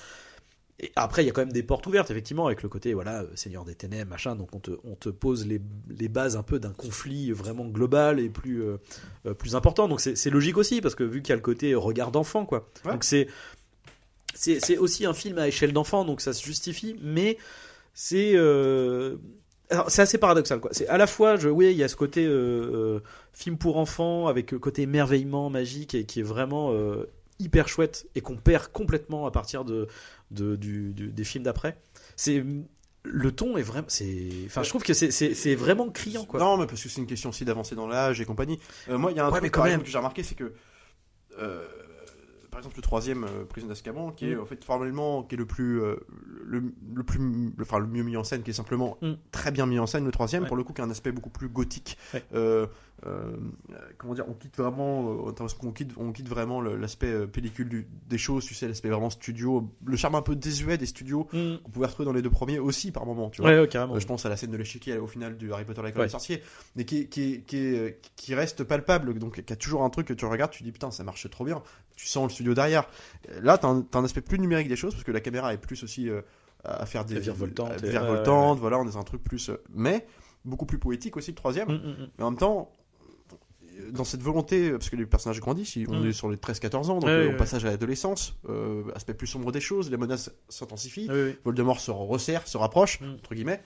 Et après, il y a quand même des portes ouvertes, effectivement, avec le côté voilà, euh, Seigneur des Ténèbres, machin. Donc on te, on te pose les, les bases un peu d'un conflit vraiment global et plus, euh, euh, plus important. Donc c'est, c'est logique aussi, parce que vu qu'il y a le côté regard d'enfant, quoi. Ouais. Donc c'est, c'est, c'est aussi un film à échelle d'enfant, donc ça se justifie, mais c'est euh, alors, c'est assez paradoxal, quoi. C'est à la fois, je, oui, il y a ce côté euh, euh, film pour enfants avec le côté émerveillement magique et qui est vraiment euh, hyper chouette et qu'on perd complètement à partir de, de du, du- des films d'après. C'est le ton est vraiment, c'est, enfin, je trouve que c'est, c'est, c'est vraiment criant, quoi. Non, mais parce que c'est une question aussi d'avancer dans l'âge et compagnie. Euh, moi, il y a un Ouais, truc mais quand par même. exemple, que j'ai remarqué, c'est que, euh, par exemple, le troisième, euh, Prison d'Azkaban, qui est Mm. en fait formellement, qui est le plus, euh, le, le plus, le, enfin le mieux mis en scène, qui est simplement Mm. très bien mis en scène. Le troisième, Ouais. pour le coup, qui a un aspect beaucoup plus gothique. Ouais. Euh, euh, comment dire, on quitte vraiment, euh, on on quitte, on quitte vraiment le- l'aspect euh, pellicule du- des choses, tu sais, l'aspect vraiment studio, le charme un peu désuet des studios Mm. qu'on pouvait retrouver dans les deux premiers aussi par moment, tu vois. Ouais, ouais, carrément. Euh, je pense à la scène de l'échiquier au final du Harry Potter l'école Ouais. des sorciers, mais qui, qui, qui, qui reste palpable, donc qui a toujours un truc que tu regardes, tu dis putain ça marche trop bien, tu sens le studio derrière. Là t'as un, t'as un aspect plus numérique des choses parce que la caméra est plus aussi euh, à faire des Virevoltante, à- et- virevoltante, ouais, ouais. voilà, on est dans un truc plus, euh, mais beaucoup plus poétique aussi le troisième. Mm, mm, mm. Mais en même temps, dans cette volonté, parce que les personnages grandissent, on Mm. est sur les treize quatorze ans, donc Ouais, euh, ouais, au ouais. passage à l'adolescence, euh, aspect plus sombre des choses, les menaces s'intensifient, Oui, oui. Voldemort se resserre, se rapproche, Mm. entre guillemets.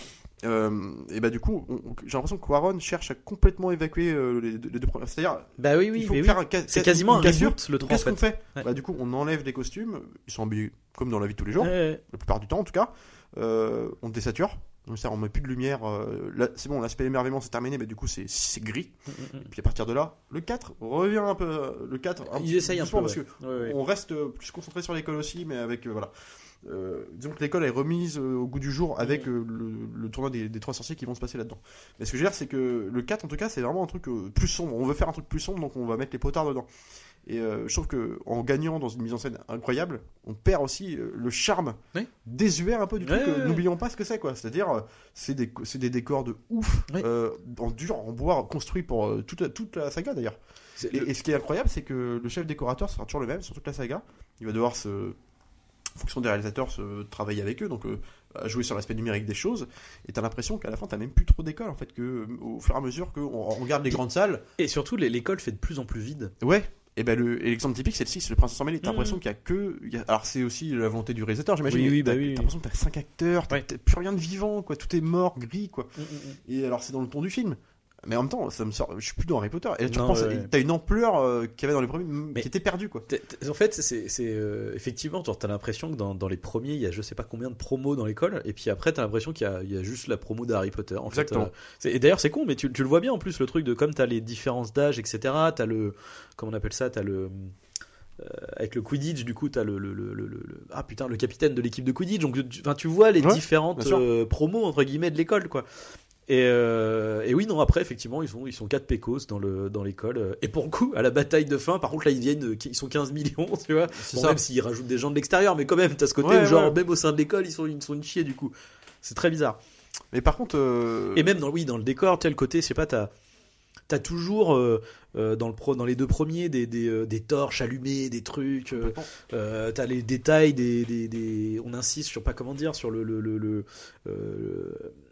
Euh, et bah du coup, on- on- j'ai l'impression que Quaron cherche à complètement évacuer euh, les, deux- les deux premiers. C'est-à-dire, Bah oui, oui, il faut mais oui. faire un ca- C'est ca- quasiment une un cassure. reboot, le Donc, trois, en Qu'est-ce qu'on fait. fait Ouais. Bah du coup, on enlève les costumes, ils sont habillés comme dans la vie de tous les jours, Ouais, ouais. la plupart du temps en tout cas. Euh, on désature, donc ça, on met plus de lumière. euh, là, c'est bon, l'aspect émerveillement c'est terminé, mais du coup c'est, c'est gris. Mm, mm, mm. Et puis à partir de là, le quatre revient un peu. euh, Le quatre, un Ils petit- essayent un peu, doucement, parce ouais. que Ouais, ouais. on reste euh, plus concentré sur l'école aussi, mais avec euh, voilà. Euh, disons que l'école est remise euh, au goût du jour avec euh, le, le tournoi des, des trois sorciers qui vont se passer là-dedans. Mais ce que je veux dire, c'est que le quatre, en tout cas, c'est vraiment un truc euh, plus sombre. On veut faire un truc plus sombre, donc on va mettre les potards dedans. Et euh, je trouve que en gagnant dans une mise en scène incroyable, on perd aussi euh, le charme Oui. désuet un peu du Ouais, truc. ouais, euh, ouais. N'oublions pas ce que c'est, quoi. C'est-à-dire, euh, c'est des, c'est des décors de ouf, Oui. euh, en dur, en bois, construits pour euh, toute, la, toute la saga d'ailleurs. C'est Et, le- et ce qui est incroyable, c'est que le chef décorateur sera toujours le même sur toute la saga. Il va devoir se, en fonction des réalisateurs, se travailler avec eux, donc euh, à jouer sur l'aspect numérique des choses. Et t'as l'impression qu'à la fin, t'as même plus trop d'école en fait, que euh, au fur et à mesure qu'on on regarde les grandes salles. Et surtout, les- l'école fait de plus en plus vide. Ouais. Et ben le et l'exemple typique, c'est le six, le Prince sans mêlée. T'as Mhm. l'impression qu'il y a que, il y a- alors c'est aussi la volonté du réalisateur, j'imagine. Oui, mais oui, t'as, bah oui, t'as oui. l'impression que t'as cinq acteurs, t'as, Ouais. t'as plus rien de vivant, quoi. Tout est mort, gris, quoi. Mm, mm, mm. Et alors c'est dans le ton du film. Mais en même temps, ça me sort. Je suis plus dans Harry Potter. Et là, tu Non, repenses, ouais, ouais. t'as une ampleur euh, qu'il y avait dans les premiers, Mais- qui était perdue, quoi. T'es- t'es- En fait, c'est c'est, euh, effectivement, genre, t'as l'impression que dans, dans les premiers, il y a je sais pas combien de promos dans l'école, et puis après, t'as l'impression qu'il y a, il y a juste la promo d'Harry Potter. En Exactement. Fait, euh, c'est- et d'ailleurs, c'est con, mais tu, tu le vois bien en plus, le truc de comme t'as les différences d'âge, et cetera. T'as le, comment on appelle ça, t'as le, euh, avec le Quidditch, du coup, t'as le, le, le, le, le- le- ah putain, le capitaine de l'équipe de Quidditch. Donc, tu, enfin, tu vois les Ouais, différentes bien sûr. euh, promos entre guillemets de l'école, quoi. Et, euh, et oui, non, après, effectivement, ils sont, ils sont quatre pécos dans, le, dans l'école. Et pour le coup, à la bataille de fin, par contre, là, ils viennent, ils sont quinze millions, tu vois. C'est Bon, ça. même s'ils rajoutent des gens de l'extérieur, mais quand même, t'as ce côté Ouais, où, genre, ouais. même au sein de l'école, ils sont, ils sont une chier, du coup. C'est très bizarre. Mais par contre, euh, Et même dans, oui, dans le décor, tu sais, le côté, je sais pas, t'as. T'as toujours euh, euh, dans, le pro, dans les deux premiers des, des, euh, des torches allumées, des trucs. Euh, complètement. euh, t'as les détails, des, des, des- on insiste sur pas comment dire, sur le, le, le, le, euh,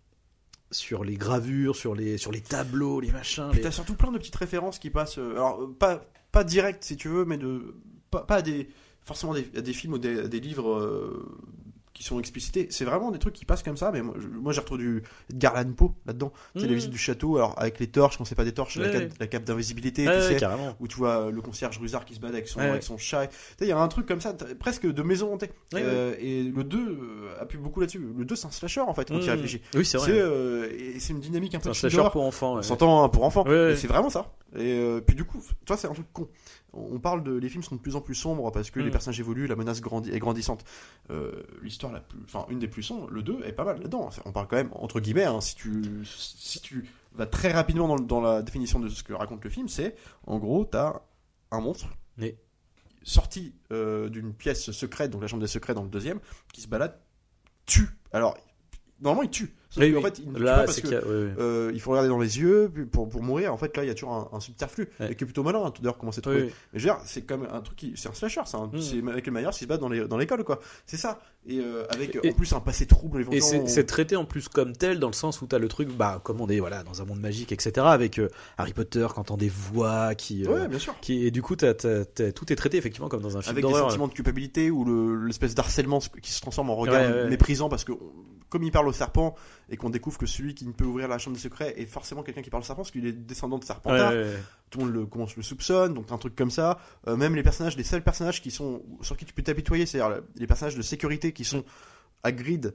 sur les gravures, sur les, sur les tableaux, les machins. Puis les- t'as surtout plein de petites références qui passent. euh, alors, euh, pas, pas direct si tu veux, mais de. Pas, pas à des. Forcément des, à des films ou des, à des livres euh, qui sont explicités. C'est vraiment des trucs qui passent comme ça, mais moi, je- moi j'ai retrouvé du Edgar Allan Poe là-dedans. Tu sais, Mmh. les visites du château, alors avec les torches, quand c'est pas des torches, la, Ouais, cape, ouais. la cape d'invisibilité, Ouais, tu ouais, sais. carrément. Où tu vois le concierge Rusard qui se bat avec son, Ouais, avec ouais. son chat. Tu sais, il y a un truc comme ça, t'as- presque de maison hantée. Ouais, Euh, Et le deux euh, appuie beaucoup là-dessus. Le deux, c'est un slasher en fait, quand tu y Mmh. réfléchis. Oui, c'est vrai. C'est, euh, et c'est une dynamique un peu C'est un de film slasher d'horreur. pour enfants. On Ouais. s'entend hein, pour enfants. Ouais, ouais. Et c'est vraiment ça. Et euh, puis du coup, tu vois, c'est un truc con. On parle de. Les films sont de plus en plus sombres parce que Mm. les personnages évoluent, la menace grandit, est grandissante. Euh, L'histoire la plus. Enfin, une des plus sombres, le deux, est pas mal là-dedans. On parle quand même, entre guillemets, hein, si, tu, si tu vas très rapidement dans, le- dans la définition de ce que raconte le film, c'est en gros, t'as un monstre. Oui. Sorti euh, d'une pièce secrète, donc la chambre des secrets dans le deuxième, qui se balade, tue. Alors, normalement, il tue. Sauf Oui, qu'en oui. fait, il ne tue Là, pas parce c'est que qu'il y a- ouais, ouais. euh, il faut regarder dans les yeux puis pour, pour mourir. En fait, là, il y a toujours un, un subterfuge, Ouais. et qui est plutôt malin, hein, tout d'ailleurs, comment c'est trouvé. Oui, oui. Mais je veux dire, c'est comme un truc qui. C'est un slasher, c'est, un, Mm. c'est Michael Myers qui se bat dans, les, dans l'école, quoi. C'est ça. Et euh, avec Et- en plus un passé trouble, Et éventuellement. c'est, c'est traité en plus comme tel, dans le sens où t'as le truc, bah, comme on est voilà, dans un monde magique, et cetera. Avec euh, Harry Potter, quand t'entends des voix qui. euh, Ouais, bien sûr. qui et du coup, t'as, t'as- t'as- tout est traité effectivement comme dans un film Avec des d'horreur. sentiments de culpabilité ou le, l'espèce d'harcèlement qui se transforme en regard Ouais, ouais, ouais. méprisant parce que comme il parle au serpent et qu'on découvre que celui qui ne peut ouvrir la chambre des secrets est forcément quelqu'un qui parle au serpent parce qu'il est descendant de Ouais, Serpentard, ouais, ouais. tout le monde le, commence le soupçonne, donc un truc comme ça. Euh, même les personnages, les seuls personnages qui sont sur qui tu peux t'apitoyer, c'est-à-dire les personnages de sécurité qui sont à grid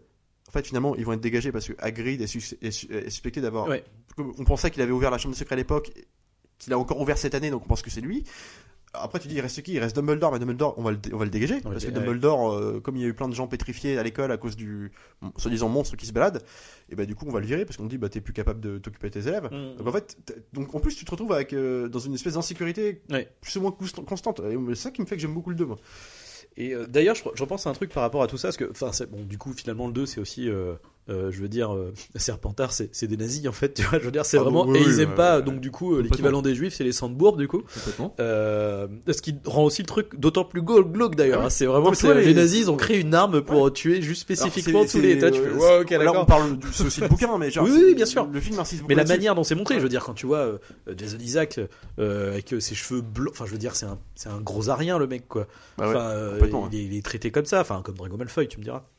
en fait, finalement, ils vont être dégagés parce que Hagrid est, sus- est, su- est suspecté d'avoir. Ouais. On pensait qu'il avait ouvert la chambre des secrets à l'époque, qu'il a encore ouvert cette année, donc on pense que c'est lui. Après, tu dis, il reste qui? Il reste Dumbledore, mais Dumbledore, on va le, dé- on va le dégager. On va parce le que dé- Dumbledore, euh, comme il y a eu plein de gens pétrifiés à l'école à cause du bon, soi-disant monstre qui se balade, et bah, du coup, on va le virer parce qu'on dit, bah, t'es plus capable de t'occuper de tes élèves. Mmh. Donc, en fait, t'es- donc, en plus, tu te retrouves avec, euh, dans une espèce d'insécurité Ouais. plus ou moins const- constante. Et c'est ça qui me fait que j'aime beaucoup le deux, moi. Et euh, d'ailleurs, je, je repense à un truc par rapport à tout ça, parce que, enfin, c'est- bon, du coup, finalement, le deux, c'est aussi, euh, euh, je veux dire, euh, Serpentard, c'est, c'est des nazis, en fait, tu vois, je veux dire, c'est Ah, vraiment, oui, et oui, ils aiment ouais, pas, ouais, donc, du coup, euh, complètement. l'équivalent des juifs, c'est les Sandbourg, du coup. Complètement. Euh, ce qui rend aussi le truc d'autant plus glau- glauque, d'ailleurs, Ah oui. hein. C'est vraiment, Non, mais tu c'est- vois, les... les- nazis, ils ont créé une arme pour tuer juste spécifiquement Alors, c'est- tous les, c'est- toi, tu fais, euh, ouais, ok, Là, d'accord. on parle du, c'est aussi le bouquin, mais genre, Oui, c'est- oui, bien sûr. Le film insiste beaucoup Mais la là-dessus. manière dont c'est montré, je veux dire, quand tu vois euh, Jason Isaac euh, avec euh, ses cheveux blancs, enfin, je veux dire, c'est un, c'est un gros arien, le mec, quoi. Bah ouais, Enfin, euh, complètement, il, est, il est traité comme ça, enfin, comme Drago Malfoy, tu me diras.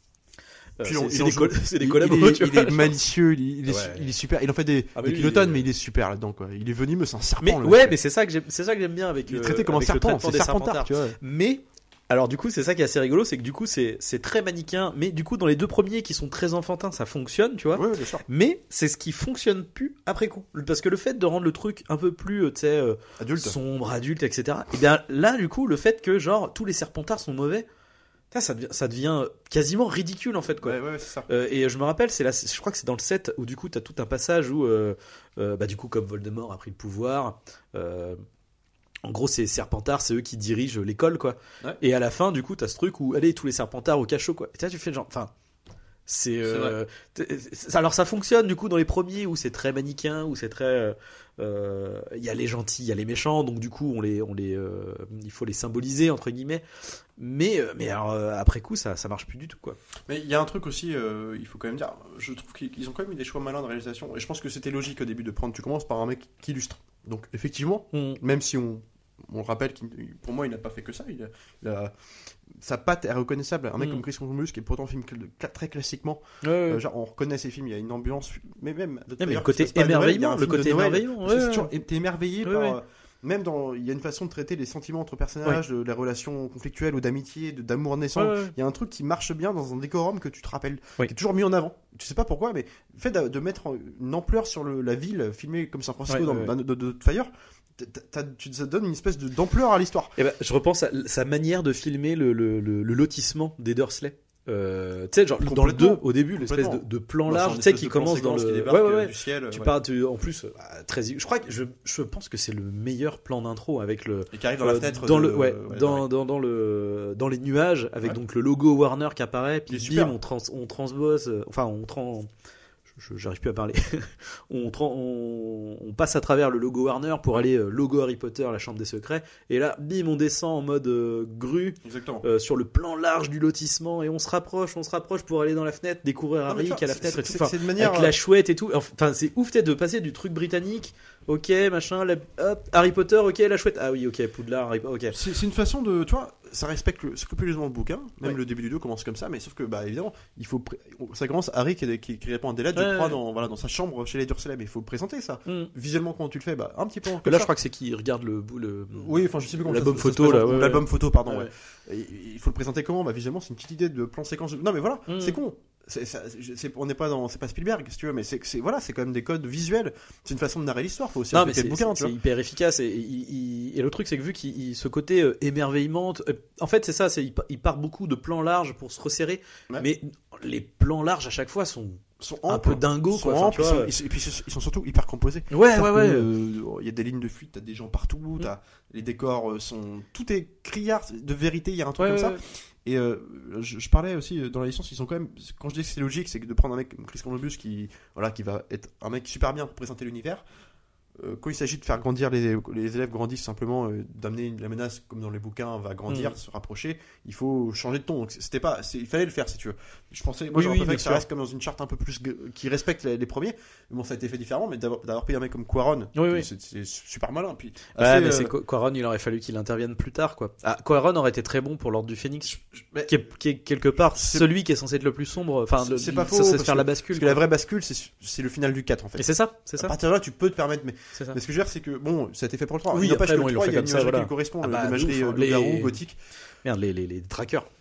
Euh, Puis c'est, on- c'est il en des joue- col- c'est des il- collabos, il est, tu il vois. est malicieux, il, il est, Ouais. il est super. Il en fait des, Ah, des mais lui, kilotonnes, il est- mais il est super là-dedans, quoi. Il est venimeux, c'est un serpent. Mais le ouais, mec. mais c'est ça que j'aime, c'est ça que j'aime bien avec. il est euh, traité comme un avec le serpent, traitement c'est des serpentard, tu vois. Mais alors du coup, c'est ça qui est assez rigolo, c'est que du coup, c'est c'est très manichéen. Mais du coup, dans les deux premiers qui sont très enfantins, ça fonctionne, tu vois. Ouais, bien sûr. Mais c'est ce qui fonctionne plus après coup, parce que le fait de rendre le truc un peu plus, euh, tu sais, euh, Adulte. sombre, adulte, et cetera. Et bien là, du coup, le fait que genre tous les Serpentards sont mauvais, ça, ça devient, ça devient quasiment ridicule en fait, quoi. Ouais, ouais, c'est ça. Euh, et je me rappelle, c'est là, je crois que c'est dans le sept où du coup t'as tout un passage où, euh, euh, bah du coup comme Voldemort a pris le pouvoir, euh, en gros c'est Serpentard, c'est eux qui dirigent l'école, quoi. Ouais. Et à la fin, du coup t'as ce truc où allez tous les Serpentards au cachot, quoi. Et là tu fais genre, enfin. C'est, euh, t- c'est- alors ça fonctionne du coup dans les premiers où c'est très manichéen, où c'est très, il euh, y a les gentils, il y a les méchants, donc du coup on les, on les, euh, il faut les symboliser entre guillemets. Mais, euh, mais alors, euh, après coup ça, ça marche plus du tout, quoi. Mais il y a un truc aussi, euh, il faut quand même dire, je trouve qu'ils ont quand même eu des choix malins de réalisation. Et je pense que c'était logique au début de prendre, tu commences par un mec qui illustre. Donc effectivement, Mm. même si on, on le rappelle, qu'il- pour moi il n'a pas fait que ça, il a, il a- sa patte est reconnaissable. Un mec Mm. comme Chris Columbus qui est pourtant un film cl- très classiquement, Ouais, ouais. euh, genre on reconnaît ses films, il y a une ambiance, mais même. Non, mais d'ailleurs, le côté ça se passe à Noël, il y a un émerveillement, le film de côté Noël. émerveillement, C'est ouais, toujours- ouais. T'es émerveillé Ouais, par. ouais. euh, Même dans, il y a une façon de traiter les sentiments entre personnages, de- les relations conflictuelles ou d'amitié, de- d'amour naissant. Ouais, ouais. Il y a un truc qui marche bien dans un décorum que tu te rappelles, Oui. qui est toujours mis en avant. Tu sais pas pourquoi, mais le fait de, de mettre une ampleur sur le, la ville filmée comme San Francisco Ouais, dans ouais, dans- de, de, de Fire, t'as- t'as- tu, ça donne une espèce de, d'ampleur à l'histoire. Eh ben, je repense à sa manière de filmer le, le, le, le lotissement des Dursley. Euh, tu sais, genre dans le Complètement. deux, au début, l'espèce de, Complètement. de plan Bah, c'est large, un tu sais, espèce qui de plan commence dans séquence le. qui débarque, Ouais, ouais, euh, ouais. du ciel, Tu ouais. parles de- en plus, euh, très. Je crois que je, je pense que c'est le meilleur plan d'intro avec le. Et qui arrive dans la euh, fenêtre. dans de- le, ouais, ouais, dans, dans, dans le, dans les nuages, avec Ouais. donc le logo Warner qui apparaît, puis Il est super. bim, on trans, on transbose, euh, enfin, on trans, je- j'arrive plus à parler. on, tran- on, on passe à travers le logo Warner pour aller euh, logo Harry Potter, la chambre des secrets, et là, bim, on descend en mode euh, grue Exactement. euh, sur le plan large du lotissement, et on se rapproche, on se rapproche pour aller dans la fenêtre, découvrir Non, mais Harry tu vois, qui est à la c'est- fenêtre et tout. c'est- Enfin, c'est de manière. avec la chouette et tout. Enfin, c'est ouf peut-être de passer du truc britannique. Ok, machin, la- hop, Harry Potter, ok, la chouette. Ah oui, ok, Poudlard, Harry Potter, ok. C'est c'est une façon de, tu vois, ça respecte le- scrupuleusement le bouquin. Même Ouais. le début du deux commence comme ça, mais sauf que, bah, évidemment, il faut. pré- Ça commence Harry qui, qui, qui répond à des lettres, Ouais, je crois, ouais. dans, voilà, dans sa chambre chez les Dursley, mais il faut le présenter ça. Hmm. Visuellement, comment tu le fais, bah, un petit peu. en- Là, comme je ça. crois que c'est qui regarde le bout, le. Oui, enfin, je sais plus comment L'album ça se- ça se photo, là, présente. ouais, Ou ouais. l'album photo, pardon, Ouais, ouais. ouais. Et il faut le présenter comment? Bah, visuellement, c'est une petite idée de plan séquence. de- Non, mais voilà, Mm. c'est con. C'est, ça- c'est- on n'est pas dans, c'est pas Spielberg, si tu veux, mais c'est, c'est, voilà, c'est quand même des codes visuels. C'est une façon de narrer l'histoire. Faut aussi Non, mais respecter c'est, le bouquin, c'est- tu c'est vois. hyper efficace et, il- il- et le truc c'est que vu qu'il il- ce côté euh, émerveillement, euh, en fait c'est ça, c'est il, pa- il part beaucoup de plans larges pour se resserrer, Ouais. mais les plans larges à chaque fois sont Ils sont un amples, peu dingos, ils sont quoi. Enfin, amples, tu ils vois, sont- ils sont- et puis ils sont surtout hyper composés. ouais, ouais, C'est-à-dire ouais. que, euh, il y a des lignes de fuite, t'as des gens partout, t'as les décors euh, sont, tout est criard de vérité. Il y a un truc Ouais, comme ouais, ça. ouais. Et euh, je, je parlais aussi euh, dans la licence, ils sont quand même. Quand je dis que c'est logique, c'est que de prendre un mec comme Chris Columbus qui, voilà, qui va être un mec super bien pour présenter l'univers. Euh, quand il s'agit de faire grandir les, les élèves grandissent simplement, euh, d'amener la menace comme dans les bouquins va grandir, Mm. se rapprocher, il faut changer de ton. Donc c'était pas, c'est- il fallait le faire si tu veux. Je pensais, moi Oui, j'aurais oui, préféré bien que ça sûr. reste comme dans une charte un peu plus g- qui respecte les, les premiers. Mais bon, ça a été fait différemment, mais d'avoir, d'avoir pris un mec comme Quaron, Oui, puis oui. c'est, c'est super malin. Puis Ouais, assez, mais euh, c'est Qu- Quaron, il aurait fallu qu'il intervienne plus tard, quoi. Ah, Quaron aurait été très bon pour l'ordre du Phénix, je- mais- qui est, qui est quelque part C'est- celui qui est censé être le plus sombre. Enfin, C'est- le- c'est pas faux, ça, c'est parce faire que- la bascule. parce que la quoi. vraie bascule, c'est, c'est le final du quatre en fait. Et c'est ça, c'est À ça, partir de là, tu peux te permettre, mais, c'est ça. mais ce que je veux dire, c'est que bon, ça a été fait pour le trois. Oui, Il n'empêche après, que bon, le ils l'ont trois, fait il y a comme une ça, imagerie voilà. qui lui correspond, Ah bah, l'imagerie de ouf, euh, hein. Les- loup-garou, gothique. Merde, les, les, les trackers.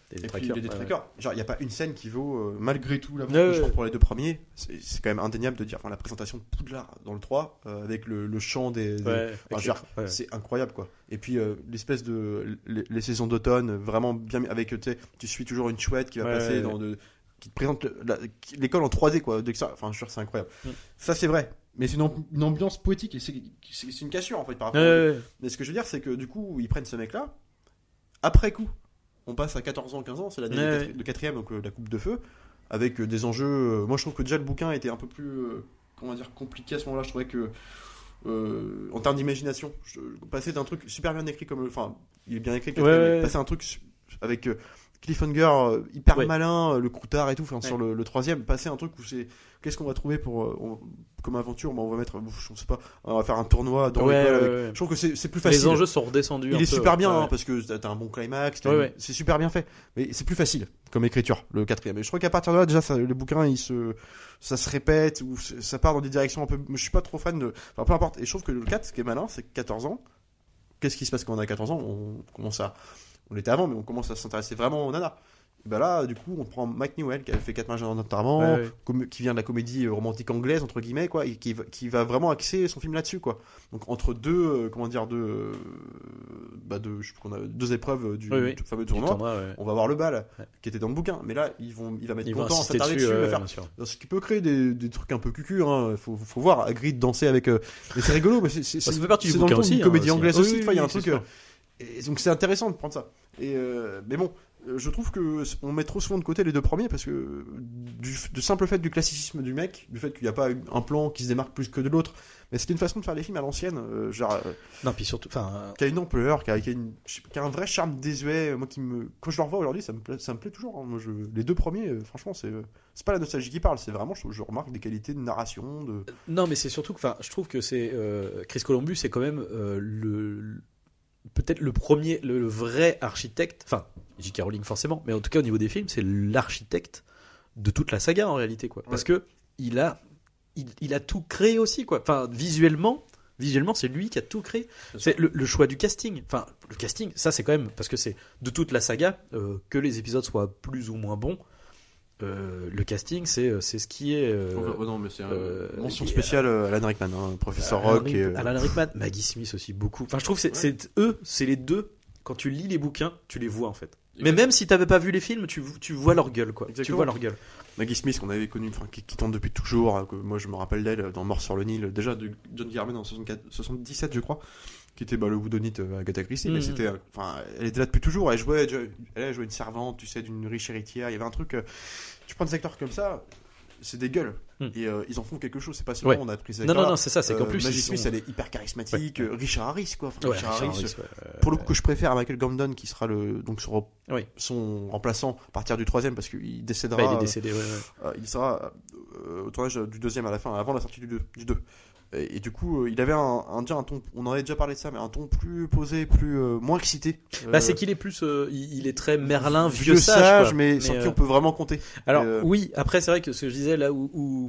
Les Et Death puis Trackers, les Death ouais, ouais. Trackers, genre il y a pas une scène qui vaut euh, malgré tout la Ouais, je ouais. pour les deux premiers, c'est, c'est quand même indéniable de dire enfin la présentation de Poudlard dans le trois euh, avec le, le chant des, des- Ouais, enfin, avec je veux dire, les- ouais. c'est incroyable quoi. Et puis euh, l'espèce de les, les saisons d'automne vraiment bien avec tu sais tu suis toujours une chouette qui va Ouais, passer ouais, dans de qui te présente le- la- qui- l'école en trois D quoi, dès que ça, enfin je veux dire c'est incroyable. Mm. Ça c'est vrai, mais c'est une, am- une ambiance poétique et c'est, c'est, c'est une cassure en fait par rapport Ouais, au- ouais, ouais. Mais ce que je veux dire c'est que du coup ils prennent ce mec là après coup. On passe à quatorze ans, quinze ans, c'est l'année Ouais, de ouais. quatri- de quatrième, donc euh, la Coupe de Feu, avec euh, des enjeux. euh, moi, je trouve que déjà le bouquin était un peu plus, euh, comment dire, compliqué à ce moment-là. Je trouvais que, euh, en termes d'imagination, je, passer d'un truc super bien écrit comme, enfin, il est bien écrit, le quatrième, Ouais, mais ouais. passer un truc su- avec euh, Cliffhanger euh, hyper Ouais. malin, euh, le croutard et tout, enfin, Ouais. sur le, le troisième, passer un truc où c'est, qu'est-ce qu'on va trouver pour, euh, on- comme aventure, bah, on va mettre, je sais pas, on va faire un tournoi dans Ouais, l'école. ouais, avec- ouais. Je trouve que c'est, c'est plus facile. Les enjeux sont redescendus. Il un est peu, super bien ouais. hein, parce que t'as t'as un bon climax, t'as Ouais, une- ouais. c'est super bien fait. Mais c'est plus facile comme écriture, le quatrième. Et je crois qu'à partir de là, déjà, ça, le bouquin, il se, ça se répète ou c'est- ça part dans des directions un peu. Je suis pas trop fan de. Enfin, peu importe. Et je trouve que le quatre, ce qui est malin, c'est que quatorze ans. Qu'est-ce qui se passe quand on a quatorze ans? On commence à, on l'était avant, mais on commence à s'intéresser vraiment aux nanas. Et bah là, du coup, on prend Mike Newell qui a fait quatre mages notamment, Ouais, ouais. com- qui vient de la comédie euh, romantique anglaise entre guillemets quoi, et qui, va- qui va vraiment axer son film là-dessus quoi. Donc entre deux, euh, comment dire, deux, euh, bah deux, je sais plus qu'on a deux épreuves du, Oui, oui. du fameux Du tournoi. tournoi, ouais. On va voir le bal Ouais. qui était dans le bouquin, mais là ils vont, il va mettre Ils vont longtemps à insister s'attarder dessus, dessus, il va ouais, faire- bien sûr. ce qui peut créer des, des trucs un peu cucu, hein. faut, faut voir Hagrid danser avec. euh, Mais c'est rigolo, mais c'est, c'est, Ça c'est- fait partie du c'est dans bouquin le ton d'une aussi, hein, comédie aussi. anglaise Oui, aussi. oui, Enfin, il y a un oui, c'est truc. sûr. euh, Et donc c'est intéressant de prendre ça. Et euh, mais bon, euh, je trouve que on met trop souvent de côté les deux premiers parce que du, du simple fait du classicisme du mec, du fait qu'il n'y a pas un plan qui se démarque plus que de l'autre, mais c'était une façon de faire les films à l'ancienne, euh, genre euh, Non, puis surtout, enfin, euh, qui a une ampleur, qui a, qui a une- qui a un vrai charme désuet. euh, Moi qui me, quand je le revois aujourd'hui, ça me plaît, ça me plaît toujours. hein. Moi, je, les deux premiers, euh, franchement, c'est, euh, c'est pas la nostalgie qui parle, c'est vraiment, je, je remarque des qualités de narration, de. non, mais c'est surtout que, enfin, je trouve que c'est euh, Chris Columbus, c'est quand même euh, le, le- peut-être le premier, le, le vrai architecte. Enfin, J K. Rowling forcément, mais en tout cas au niveau des films, c'est l'architecte de toute la saga en réalité, quoi. Parce que il a, il, il a tout créé aussi, quoi. Enfin, visuellement. Visuellement, c'est lui qui a tout créé. C'est le, le choix du casting. Enfin, le casting, ça c'est quand même parce que c'est de toute la saga euh, que les épisodes soient plus ou moins bons. Euh, le casting, c'est c'est ce qui est. euh, Oh, non, mais c'est euh, mention qui- spéciale euh, Alan Rickman, hein, professeur Alan Rock Rick- et. euh, Alan Rickman, Maggie Smith aussi beaucoup. Enfin, je trouve que c'est, c'est eux, c'est les deux. Quand tu lis les bouquins, tu les vois en fait. Mais même si t'avais pas vu les films, tu, tu vois leur gueule, quoi. Tu Exactement. vois leur gueule. Maggie Smith qu'on avait connue, enfin qui, qui tourne depuis toujours, hein, que moi je me rappelle d'elle dans Mort sur le Nil, déjà de John Garman en soixante-quatre soixante-dix-sept je crois, qui était bah, le whodunit euh, Agatha Christie, mais Mhm. c'était, euh, enfin elle était là depuis toujours, elle jouait, elle a joué une servante, tu sais, d'une riche héritière, il y avait un truc, euh, tu prends des acteurs comme ça, c'est des gueules, Mhm. et euh, ils en font quelque chose, c'est pas seulement Ouais. on a pris ces Non, non, acteurs-là. non, c'est ça, c'est qu'en Euh, plus, Maggie ils Smith sont- elle est hyper charismatique, euh, Richard Harris quoi, enfin, Ouais, Richard Richard Harris, Harris, ouais, euh, pour le coup que je préfère à Michael Gambon qui sera le, donc son, Oui. son remplaçant à partir du troisième parce qu'il décédera. bah, il est euh, décédé, ouais, ouais. euh, il sera euh, au tournage du deuxième à la fin, avant la sortie du deux. Du deux. Et, et du coup, euh, il avait un, un, déjà un ton, on en avait déjà parlé de ça, mais un ton plus posé, plus euh, moins excité. Bah, Euh, c'est qu'il est plus, euh, il, il est très Merlin, vieux, vieux sage, sage, quoi. mais, sur qui euh, on peut vraiment compter. Alors Euh, oui, après c'est vrai que ce que je disais là où, où...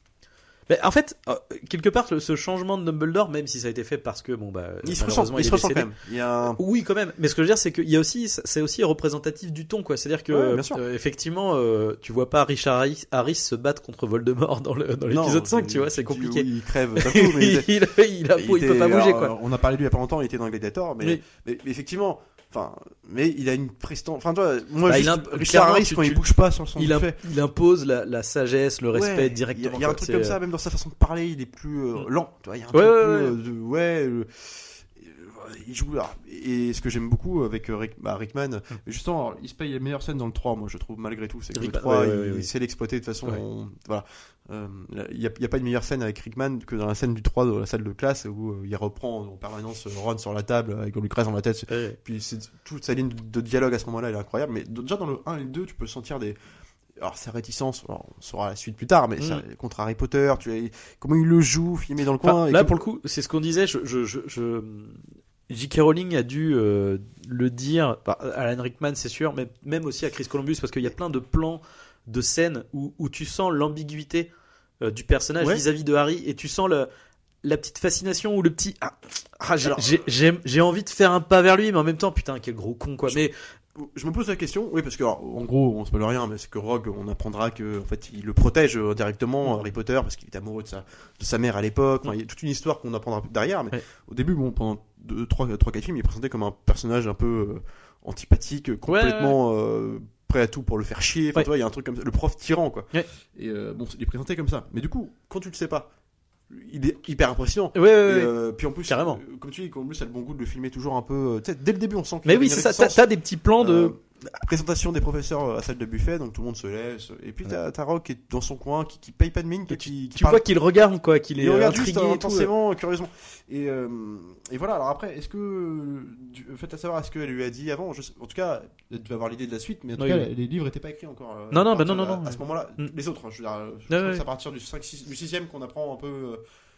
Mais en fait, euh, quelque part, le- ce changement de Dumbledore, même si ça a été fait parce que bon bah il se ressent, malheureusement, il se est ressent décédé. quand même. Il y a un... Oui, quand même. Mais ce que je veux dire, c'est qu'il y a aussi, c'est aussi représentatif du ton, quoi. C'est-à-dire que, Ouais, bien sûr. euh, effectivement, euh, tu vois pas Richard Harris, Harris se battre contre Voldemort dans le- dans l'épisode Non, cinq, tu vois, il- c'est il- compliqué. Il crève d'un coup, mais il, il, a, il, a, il, était- peut pas bouger, alors, quoi. On a parlé de lui il y a pas longtemps, il était dans Gladiator, mais, Oui. mais, mais effectivement, enfin, mais il a une prestance. Enfin, toi, moi, Bah, juste, il a un- Richard clairement, Harris, tu- quand tu- il bouge pas sur son Il, fait. imp- il impose la, la sagesse, le respect Ouais, directement. Il y a, il y a un quoi. truc C'est- comme ça, même dans sa façon de parler, il est plus euh, Mm. lent. Tu vois, il y a un Ouais, truc ouais, plus, ouais. euh, de- ouais, euh, il joue. alors, et ce que j'aime beaucoup avec euh, Rick, bah, Rickman, mais justement, alors, il se paye les meilleures scènes dans le trois, moi je trouve, malgré tout. C'est que le Rickman, trois, ouais, il, ouais, ouais, il ouais. sait l'exploiter de toute façon. Ouais. on- voilà. Euh, Il n'y a, il y a pas de meilleure scène avec Rickman que dans la scène du trois de la salle de classe où euh, il reprend en permanence euh, Ron sur la table avec on lui crève dans la tête. Ouais. Puis c'est, toute sa ligne de dialogue à ce moment-là, elle est incroyable. Mais déjà dans le un et le deux, tu peux sentir des. Alors, sa réticence, alors, on saura la suite plus tard, mais Mm. ça, contre Harry Potter, tu vois, comment il le joue, filmé dans le Enfin, coin. et là, tout. pour le coup, c'est ce qu'on disait. Je, je, je, je... J K. Rowling a dû euh, le dire, bah, à Alan Rickman, c'est sûr, mais même aussi à Chris Columbus, parce qu'il y a plein de plans, de scènes où, où tu sens l'ambiguïté euh, du personnage Ouais. vis-à-vis de Harry, et tu sens le, la petite fascination ou le petit. Ah, ah, j'ai, Alors- j'ai, j'ai, j'ai envie de faire un pas vers lui, mais en même temps, putain, quel gros con, quoi. Mais je me pose la question, oui, parce que alors, en gros, on spoil rien, mais c'est que Rogue, on apprendra que en fait, il le protège euh, directement, Harry Potter, parce qu'il est amoureux de sa, de sa mère à l'époque. Enfin, il y a toute une histoire qu'on apprendra derrière, mais ouais. au début, bon, pendant deux, trois, trois, quatre films, il est présenté comme un personnage un peu euh, antipathique, complètement ouais, ouais. Euh, prêt à tout pour le faire chier. Enfin, ouais. tu vois, il y a un truc comme ça, le prof tyran, quoi. Ouais. Et euh, bon, il est présenté comme ça. Mais du coup, quand tu le sais pas, il est hyper impressionnant. Ouais, ouais, et, ouais. Euh, puis en plus, carrément. Euh, comme tu dis, en plus, ça a le bon goût de le filmer toujours un peu. Tu sais, dès le début, on sent que. Mais oui, c'est ça. T'as, t'as des petits plans de. Euh, présentation des professeurs à salle de buffet, donc tout le monde se laisse. Et puis t'as, t'as Rogue qui est dans son coin, qui, qui paye pas de mine, qui, qui, qui tu parle... vois qu'il regarde quoi, qu'il est il regarde intrigué juste, et intensément, tout. curieusement. Et, euh, et voilà. Alors après, est-ce que, du, faites à savoir, est-ce qu'elle lui a dit avant je sais, en tout cas, elle devait avoir l'idée de la suite, mais en tout oui, cas, oui. les livres étaient pas écrits encore. Euh, non, non, bah non, non, non. À, à ce moment-là, mm. les autres, hein, je veux dire, je ouais, pense ouais. que c'est à partir du cinq, six, du sixième qu'on apprend un peu. Euh,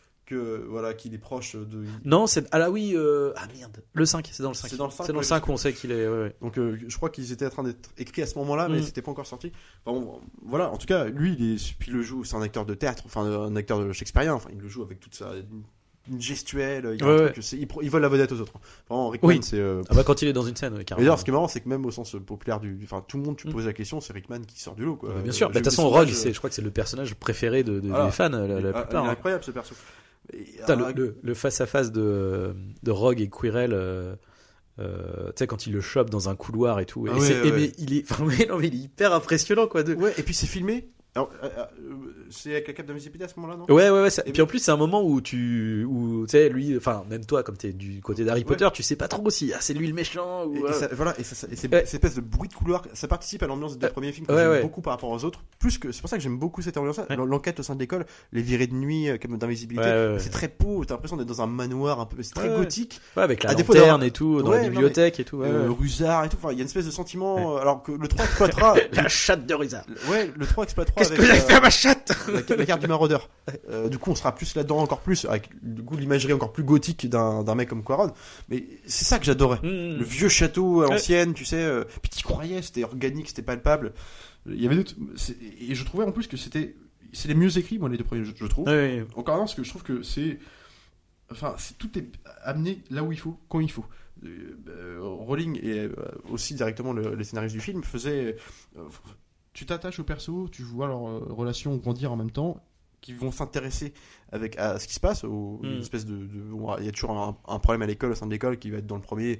que voilà qu'il est proche de non c'est ah là oui euh... ah merde le cinq c'est dans le cinq c'est dans le cinq, c'est dans le cinq où on sait qu'il est ouais, ouais. donc euh, je crois qu'ils étaient en train d'être écrits à ce moment-là mais mm. c'était pas encore sorti enfin, bon, voilà en tout cas lui il est puis il le joue c'est un acteur de théâtre enfin un acteur de shakespearien enfin il le joue avec toute sa une gestuelle il, y a ouais, un ouais. truc, c'est, il, il vole la vedette aux autres vraiment Rickman oui. c'est euh... ah bah quand il est dans une scène ouais, carrément. Mais d'ailleurs ce qui est marrant c'est que même au sens populaire du enfin tout le monde tu poses mm. la question c'est Rickman qui sort du lot quoi bah, bien sûr de bah, toute façon Rogue c'est je crois que c'est le personnage préféré de, de voilà. des fans la, la ah, plupart il est hein. incroyable ce perso. Putain, le, le, le face-à-face de, de Rogue et Quirrell, euh, euh, tu sais, quand il le chope dans un couloir et tout. Et, ah c'est, ouais, et ouais. mais, il est, enfin, mais, non, mais il est hyper impressionnant, quoi. De... Ouais, et puis c'est filmé. Alors, euh, euh, c'est avec la cape d'invisibilité à ce moment-là, non ? Ouais, ouais, ouais. Ça... Et puis en plus, c'est un moment où tu, où tu sais, lui, enfin, même toi, comme t'es du côté d'Harry Potter, ouais. tu sais pas trop si ah, c'est lui le méchant ou. Et, euh... et ça, voilà, et, ça, et c'est, ouais. cette espèce de bruit de couloir, ça participe à l'ambiance des euh, premiers films que ouais, j'aime ouais. beaucoup par rapport aux autres. Plus que, c'est pour ça que j'aime beaucoup cette ambiance-là. Ouais. L'enquête au sein de l'école, les virées de nuit, comme d'invisibilité, ouais, ouais, ouais. c'est très beau. T'as l'impression d'être dans un manoir un peu, c'est très ouais, gothique. Ouais, avec la à lanterne et tout, dans ouais, la bibliothèque et tout. Ouais, euh, ouais. Rusard et tout. Enfin, il y a une espèce de sentiment. Ouais. Alors que le trois exploitera. La chatte de Rusard. Ouais, le trois exploitera. Qu'est-ce avec, que j'ai euh, fait à ma chatte? La, la carte du maraudeur. Euh, du coup, on sera plus là-dedans encore plus, avec du coup l'imagerie encore plus gothique d'un, d'un mec comme Quaron. Mais c'est ça que j'adorais. Mmh. Le vieux château à l'ancienne, ouais. tu sais. Euh, puis t'y croyais, c'était organique, c'était palpable. Il y avait d'autres. Et je trouvais en plus que c'était. C'est les mieux écrits, moi, les deux premiers, je, je trouve. Ouais, ouais. Encore un, parce que je trouve que c'est. Enfin, c'est, tout est amené là où il faut, quand il faut. Euh, Rowling et euh, aussi directement le, les scénaristes du film faisaient. Euh, tu t'attaches au perso, tu vois leur euh, relation grandir en même temps, qui vont s'intéresser avec à ce qui se passe, au, mm. une espèce de, de, il y a toujours un, un problème à l'école, au sein de l'école, qui va être dans le premier,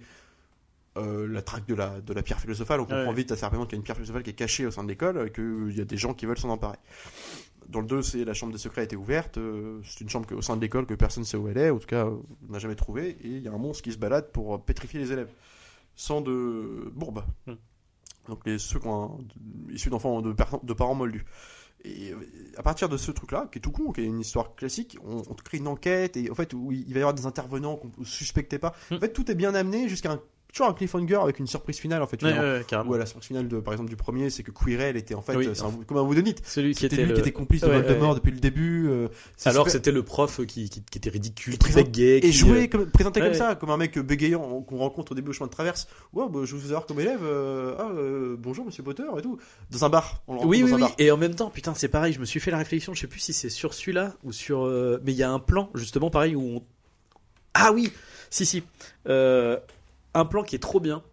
euh, la traque de la de la pierre philosophale. On comprend ouais. vite assez rapidement qu'il y a une pierre philosophale qui est cachée au sein de l'école, qu'il y a des gens qui veulent s'en emparer. Dans le deux, c'est la chambre des secrets a été ouverte, euh, c'est une chambre que, au sein de l'école que personne ne sait où elle est, en tout cas, euh, on n'a jamais trouvé, et il y a un monstre qui se balade pour pétrifier les élèves, sans de bourbe. Mm. Donc les, ceux qui ont un, issus d'enfants de, de parents moldus. Et à partir de ce truc-là, qui est tout con, qui est une histoire classique, on, on te crée une enquête et en fait où il va y avoir des intervenants qu'on ne suspectait pas. En fait, tout est bien amené jusqu'à un, toujours un cliffhanger avec une surprise finale en fait. Ouais, ouais, ouais, où la surprise finale de, par exemple du premier, c'est que Quirrell était en fait oui. c'est un, comme un whodunit. Celui qui c'était était lui le... qui était complice de ouais, Voldemort ouais. depuis le début. Euh, Alors super... que c'était le prof qui, qui, qui était ridicule, qui très gay, et qui... joué comme, présenté ouais, comme ouais. ça, comme un mec bégayant qu'on rencontre au début au chemin de traverse. Ouais, bah, je vous avoir comme élève. Euh, ah, euh, bonjour Monsieur Potter et tout. Dans un bar. On le rencontre oui, dans oui, un oui. bar. Et en même temps, putain, c'est pareil. Je me suis fait la réflexion. Je sais plus si c'est sur celui-là ou sur. Euh... Mais il y a un plan justement pareil où on. Ah oui, si si. Euh... Un plan qui est trop bien.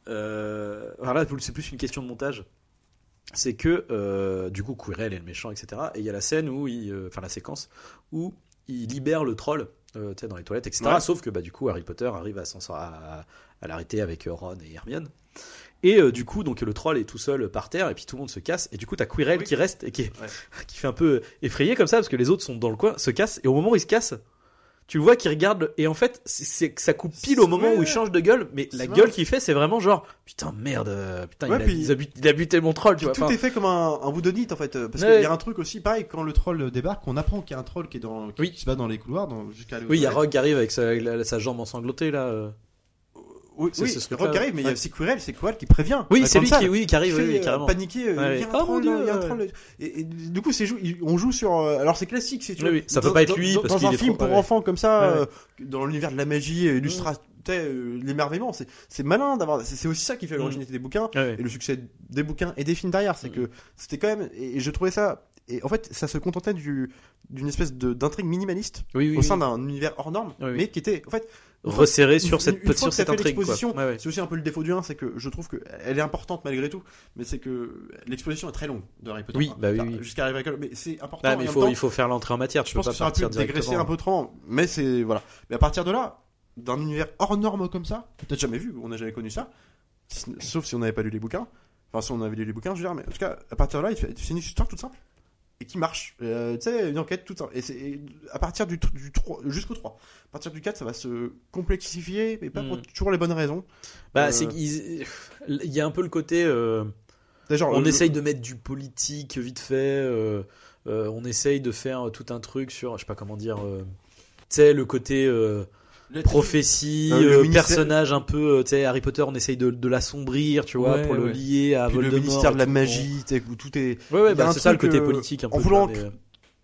Euh, alors là, c'est plus une question de montage. C'est que euh, du coup, Quirrell est le méchant, et cetera. Et il y a la scène où, il, euh, enfin la séquence où il libère le troll, euh, tu sais, dans les toilettes, et cetera. Ouais. Sauf que bah du coup, Harry Potter arrive à, s'en, à, à l'arrêter avec Ron et Hermione. Et euh, du coup, donc le troll est tout seul par terre, et puis tout le monde se casse. Et du coup, t'as Quirrell oui. qui reste et qui, est, ouais. qui fait un peu effrayé comme ça parce que les autres sont dans le coin, se cassent. Et au moment où il se casse, tu le vois qui regarde et en fait c'est, c'est ça coupe pile au moment ouais, où il change de gueule, mais la gueule qu'il fait c'est vraiment genre putain merde putain ouais, il, a, il, a buté, il a buté mon troll, tu vois. Tout enfin... est fait comme un, un whodunit en fait parce ouais. qu'il y a un truc aussi pareil quand le troll débarque, on apprend qu'il y a un troll qui est dans qui, oui. qui se bat dans les couloirs dans, jusqu'à oui il y a Rogue qui arrive avec sa, la, sa jambe ensanglotée là. Euh... Oui, c'est, oui c'est Rogue qui arrive, mais il ouais. y a aussi Quirrell, c'est Quirrell qui prévient. Oui, c'est lui qui, oui, qui arrive, qui fait, oui, carrément. Paniquer, euh, ouais. il y a un oh, troll, Dieu, il y a un ouais. troll. Et, et du coup, c'est jou- on joue sur. Euh, alors c'est classique, c'est tu oui, vois, oui. Ça dans, peut pas être dans, lui dans, parce dans qu'il un est film trop, pour ouais. enfants comme ça, ouais. euh, dans l'univers de la magie, illustra, euh, l'émerveillement, c'est c'est malin d'avoir. C'est, c'est aussi ça qui fait l'originalité des bouquins ouais. et le succès des bouquins et des films derrière, c'est que c'était quand même. Et je trouvais ça. Et en fait, ça se contentait du d'une espèce de d'intrigue minimaliste oui, oui, au sein oui. d'un univers hors norme, oui, oui. mais qui était en fait. resserrer sur une- cette, une fois sur que cette t'as fait intrigue. Quoi. l'exposition, Ouais, ouais. C'est aussi un peu le défaut du un, c'est que je trouve qu'elle est importante malgré tout, mais c'est que l'exposition est très longue de Harry Potter. Oui, bah oui, Enfin, oui. Jusqu'à arriver à quel- mais c'est important. Ah, en mais il même faut, temps, il faut faire l'entrée en matière. Tu je peux pense pas que ça aurait pu partir dégraisser directement. un peu autrement, mais c'est voilà. Mais à partir de là, d'un univers hors norme comme ça, peut-être jamais vu, on n'a jamais connu ça, sauf si on n'avait pas lu les bouquins. Enfin, si on avait lu les bouquins, je veux dire, mais en tout cas, à partir de là, il fait- c'est une histoire toute simple et qui marche. Euh, tu sais, une enquête toute simple. Et c'est et à partir du, du trois jusqu'au trois. À partir du quatre, ça va se complexifier, mais pas pour Mm. toujours les bonnes raisons. Bah, Euh, c'est qu'il il y a un peu le côté. euh, D'ailleurs, on le- essaye de mettre du politique vite fait. euh, euh, on essaye de faire tout un truc sur, je sais pas comment dire. euh, tu sais, le côté. euh, le- prophétie, Euh, le euh, ministère- personnage un peu, euh, tu sais, Harry Potter, on essaye de, de l'assombrir, tu vois, Ouais, pour le ouais. lier à puis le Voldemort. ministère de la et tout. magie, tu sais, où tout est. Ouais, ouais, Il y a bah, un c'est ça le truc, côté euh, politique un peu. en tu voulant vois, mais, euh,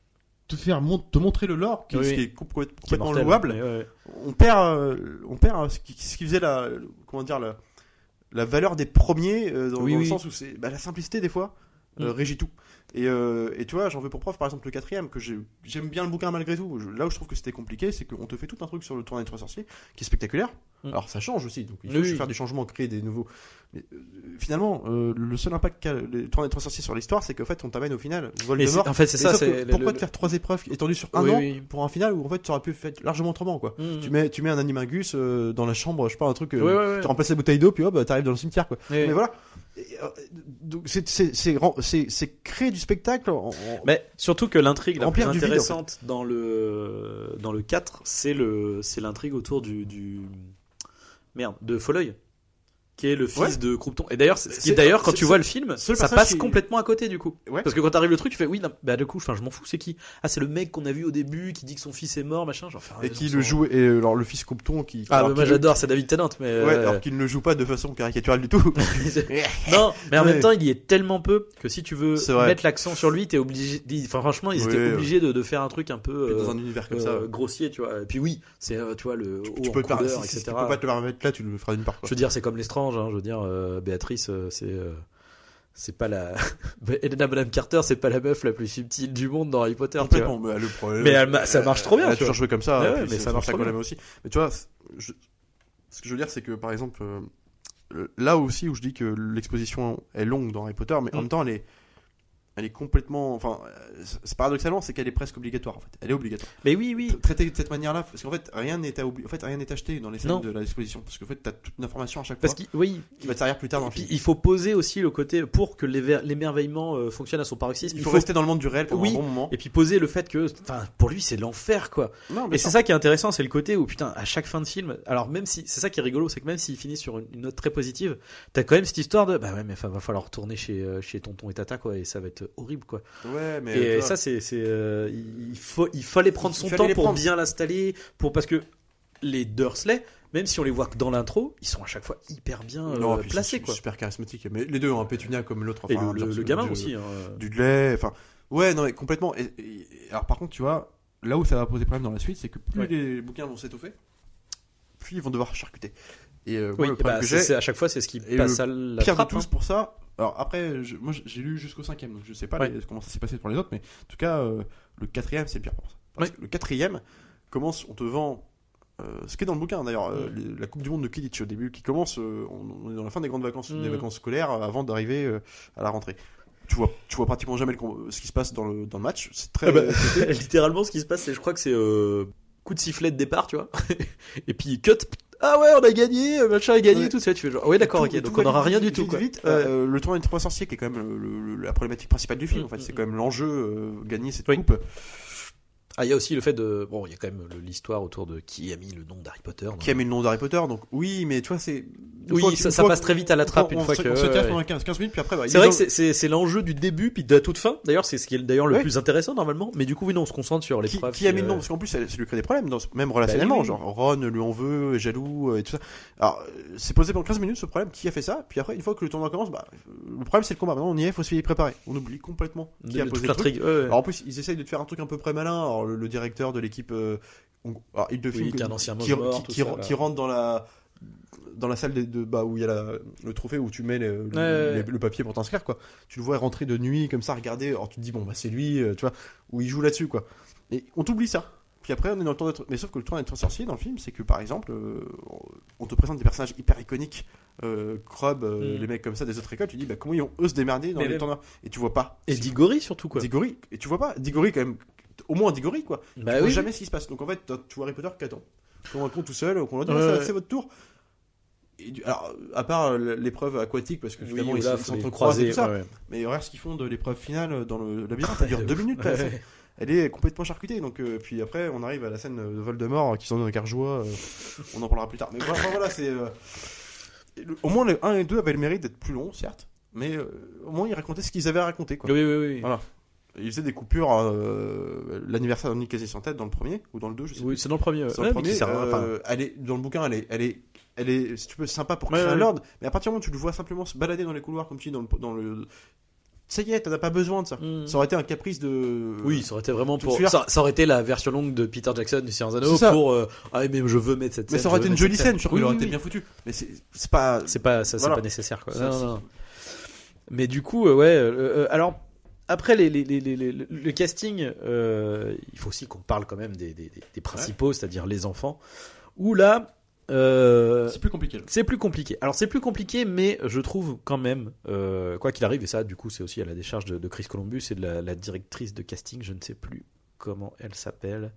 te faire mon- te montrer le lore, qui, Oui, ce oui. qui est complètement, qui est complètement mortel, louable. mais ouais, ouais. On perd, euh, on perd euh, ce qui, ce qui faisait la, comment dire, la, la valeur des premiers euh, dans, Oui, dans oui. le sens où c'est bah, la simplicité des fois euh, Mm. régit tout. Et, euh, et tu vois, j'en veux pour preuve par exemple le quatrième que j'ai- j'aime bien le bouquin malgré tout. Je- là où je trouve que c'était compliqué, c'est qu'on te fait tout un truc sur le tournoi des trois sorciers qui est spectaculaire. Mm. Alors ça change aussi, donc il faut Oui, oui. faire des changements, créer des nouveaux. Mais euh, finalement, euh, le seul impact qu'a le tournoi des trois sorciers sur l'histoire, c'est qu'en fait on t'amène au final Mais Voldemort. c'est- en fait, c'est Et ça. sauf que C'est le- pourquoi le- te faire trois épreuves étendues sur un Oui, an oui. pour un final où en fait tu aurais pu faire largement autrement quoi. Mm. Tu mets, tu mets un animagus euh, dans la chambre, je sais pas, un truc. euh, Ouais, ouais, ouais. Tu remplaces la bouteille d'eau, puis hop, t'arrives dans le cimetière quoi. Ouais. Mais voilà. Et, euh, donc c'est c'est c'est ren- c'est c'est créer du spectacle. En, en- Mais surtout que l'intrigue la plus Remplir du vide, intéressante dans le dans le quatre, c'est le c'est l'intrigue autour du du merde de Folleuil, qui est le fils Ouais. de Croupton. Et d'ailleurs, c'est- ce qui C'est- d'ailleurs quand c'est- tu vois le film, c'est le ça personnage passe qui- complètement à côté du coup. Ouais. Parce que quand t'arrives le truc, tu fais oui, non, bah du coup, enfin, je m'en fous, c'est qui? Ah, c'est le mec qu'on a vu au début qui dit que son fils est mort, machin. Genre, et qui le joue et euh, alors le fils Compton qui. Ah, alors mais moi qu'il le- j'adore, c'est David Tennant, mais Ouais, euh, alors qu'il ne le joue pas de façon caricaturale du tout. non, mais en Ouais. même temps, il y est tellement peu que si tu veux C'est vrai. mettre l'accent sur lui, t'es obligé. Enfin, franchement, ils Ouais, étaient ouais. obligés de, de faire un truc un peu Puis dans euh, un univers comme euh, ça. grossier, tu vois. Et puis oui, c'est euh, tu vois le haut Tu en peux pas, couleur, si, si, et si tu cetera. peux pas te le remettre là, tu le feras d'une part quoi. Je veux dire, c'est comme l'estrange. Hein, je veux dire, euh, Béatrice, euh, c'est euh, c'est pas la Helena Bonham Carter, c'est pas la meuf la plus subtile du monde dans Harry Potter. Tu vois. Complètement, mais le problème. Mais elle m'a- ça marche trop bien, Elle a tu vois. toujours joué comme ça, Ouais, et ouais, puis mais c'est ça pour marche ça trop qu'on bien. l'aime aussi. Mais tu vois, je- ce que je veux dire, c'est que par exemple, euh, là aussi où je dis que l'exposition est longue dans Harry Potter, mais en Mm. même temps, elle est, elle est complètement, enfin, euh, c'est paradoxalement, c'est qu'elle est presque obligatoire en fait. Elle est obligatoire. Mais oui, oui. Traiter de cette manière-là, parce qu'en fait, rien n'est à oubli- en fait, rien n'est acheté dans les scènes Non. de l'exposition, parce qu'en fait, t'as toute une information à chaque Parce fois qu'il oui. qui va te servir plus tard dans Et le puis, film. il faut poser aussi le côté pour que l'éver- l'émerveillement euh, fonctionne à son paroxysme. Il faut rester dans le monde du réel pendant Oui. un bon moment. Et puis poser le fait que, enfin, pour lui, c'est l'enfer, quoi. Non, mais Et c'est ça qui est intéressant, c'est le côté où, putain, à chaque fin de film, alors même si, c'est ça qui est rigolo, c'est que même s'il finit sur une, une note très positive, t'as quand même cette histoire de, bah ouais, mais enfin, va falloir retourner chez, euh, chez tonton et tata, quoi, et ça va être horrible, quoi. Ouais, mais Et tu vois, ça, c'est, c'est, euh, il faut, il fallait prendre Il son fallait temps les pour prendre. bien l'installer, pour, parce que les Dursley, même si on les voit que dans l'intro, ils sont à chaque fois hyper bien euh, non, puis ils placés, sont quoi. super charismatiques. Mais les deux ont un pétunia comme l'autre. Et enfin, le, le- James- le gamin du- aussi, hein. Dudley, enfin, ouais, non, mais complètement. Et, et- alors, par contre, tu vois, là où ça va poser problème dans la suite, c'est que plus Ouais. les bouquins vont s'étoffer, plus ils vont devoir charcuter. Et euh, moi, Oui, le et problème bah, que c'est, j'ai, c'est- à chaque fois, c'est ce qui Et passe le à la pire de trappe. tous hein. pour ça. Alors après, je- moi j'ai lu jusqu'au cinquième, donc je sais pas Ouais. les- comment ça s'est passé pour les autres, mais en tout cas, euh, le quatrième c'est le pire pour ça. Parce Ouais. que le quatrième commence, on te vend. Euh, ce qui est dans le bouquin d'ailleurs, euh, Mm. les- la Coupe du Monde de Quidditch au début, qui commence, euh, on, on est dans la fin des grandes vacances, Mm. des vacances scolaires, euh, avant d'arriver euh, à la rentrée. Tu vois, tu vois pratiquement jamais le com- ce qui se passe dans le, dans le match. C'est très. Ah bah, littéralement, ce qui se passe, c'est, je crois que c'est euh, coup de sifflet de départ, tu vois. Et puis cut. Ah ouais, on a gagné, machin a gagné, Ouais. tout ça. Tu fais genre, ouais, d'accord, Tout- ok. tout Donc va on n'aura vite, rien vite, du tout, vite, quoi. vite. Ouais. Euh, le tournoi des trois sorciers, qui est quand même le- le- la problématique principale du film. Mm, En fait, mm, c'est mm. quand même l'enjeu euh, gagner cette Oui. coupe. Ah, il y a aussi le fait de, bon, il y a quand même le- l'histoire autour de qui a mis le nom d'Harry Potter. dans- Qui a mis le nom d'Harry Potter, donc oui, mais tu vois, c'est. une Oui, fois que- ça- une ça fois passe que- très vite à la trappe, on- une on fois se- que- On se teste ouais. pendant quinze minutes, puis après, bah, il C'est est vrai dans- que c'est, c'est, c'est l'enjeu du début puis de la toute fin. D'ailleurs, c'est ce qui est d'ailleurs le Ouais. plus intéressant normalement. Mais du coup, oui, non, on se concentre sur Qui, l'épreuve. qui a mis le nom euh, Parce qu'en plus, ça, ça lui crée des problèmes, dans, même relationnellement. oui, oui. Genre, Ron lui en veut, est jaloux, euh, et tout ça. Alors, euh, c'est posé pendant quinze minutes ce problème. Qui a fait ça Puis après, une fois que le tournoi commence, bah, euh, le problème c'est le combat. Maintenant, on y est, il faut se y préparer. On oublie complètement qui de- a toute posé le truc. l'intrigue. Ouais, ouais. Alors en plus, ils essayent de te faire un truc un peu près malin. Alors, le, le directeur de l'équipe. Euh, on- alors, il de Oui, film qui est un ancien qui, mort, qui- tout qui- ça, là. qui rentre dans la dans la salle de, de- bah, où il y a la- le trophée où tu mets le, le- Ouais, ouais. le papier pour t'inscrire quoi. Tu le vois rentrer de nuit comme ça, regarder. Alors tu te dis bon bah c'est lui, euh, tu vois, où il joue là-dessus quoi. Et on t'oublie ça. Puis après, on est dans le temps d'être. Mais sauf que le temps d'être sorcier dans le film, c'est que par exemple, euh, on te présente des personnages hyper iconiques, euh, Krob, euh, Mm. les mecs comme ça des autres écoles. Tu dis, bah comment ils ont eux se démerder dans Mais les même- temps noirs. Et tu vois pas. Et Diggory surtout quoi. Diggory. Et tu vois pas. Diggory quand même. Au moins Diggory quoi. Bah tu vois oui. jamais ce qui se passe. Donc en fait, tu vois Harry Potter qui attend. Qu'on raconte tout seul, qu'on leur dit, Ouais, ah, c'est- ouais. c'est votre tour. Et du- alors, à part euh, l'épreuve aquatique, parce que Oui, finalement où ils là, ils faut les s'entrecroisent et croiser, tout ça. ouais, ouais. Mais regarde ce qu'ils font de l'épreuve finale dans le labyrinthe, ça dure deux minutes. là, Ouais, c'est- ouais. Elle est complètement charcutée. Donc, euh, puis après, on arrive à la scène de Voldemort euh, qui sont dans un carjoie. euh, on en parlera plus tard. Mais voilà, voilà, c'est. euh, le- Au moins, le un et deux avaient le mérite d'être plus longs, certes. Mais euh, au moins, ils racontaient ce qu'ils avaient à raconter. Quoi. Oui, oui, oui. Voilà. Ils faisaient des coupures. Euh, L'anniversaire d'Annie quasi sans tête dans le premier ou dans le deux, je sais Oui, c'est dans le premier. c'est ouais, le mais premier. qui sert à- enfin, euh, elle est, dans le bouquin, elle est, elle est, elle est, si tu peux, sympa pour Ouais, créer ouais, un ouais. lord. Mais à partir du moment où tu le vois simplement se balader dans les couloirs comme tu dis dans le, dans le, ça y est, t'en as pas besoin de ça. Mm. Ça aurait été un caprice de. Oui, ça aurait été vraiment tout pour. de suite. Ça, ça aurait été la version longue de Peter Jackson du Seigneur des Anneaux C'est ça. pour. euh, Ah, mais je veux mettre cette Mais scène. ça aurait je été veux une mettre jolie cette scène, je trouve Oui, qu'il aurait oui, été oui. bien foutu. Mais c'est, c'est pas. C'est pas, ça, c'est Voilà. pas nécessaire quoi. Ça, Non, c'est- non, non. Mais du coup, euh, ouais. euh, euh, alors, après les, les, les, les, les- le casting, euh, il faut aussi qu'on parle quand même des, des, des- des principaux, c'est-à-dire les enfants. Où là, euh, C'est plus compliqué. Là. c'est plus compliqué. Alors c'est plus compliqué, mais je trouve quand même, euh, quoi qu'il arrive, et ça, du coup, c'est aussi à la décharge de, de Chris Columbus et de la, la directrice de casting, je ne sais plus comment elle s'appelle.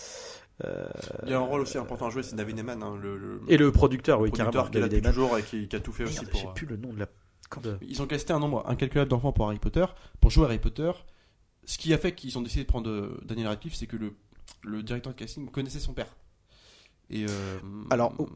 Euh, Il y a un rôle aussi important à jouer, c'est David Neyman, hein, le, le, et le producteur, oui, producteur carrément. qui est là David depuis Heyman. toujours et qui, qui a tout fait aussi Merde, pour. j'ai plus le nom de la. de- Ils ont casté un nombre incalculable d'enfants pour Harry Potter, pour jouer Harry Potter. Ce qui a fait qu'ils ont décidé de prendre euh, Daniel Radcliffe, c'est que le, le directeur de casting connaissait son père. Et euh, Alors, oh.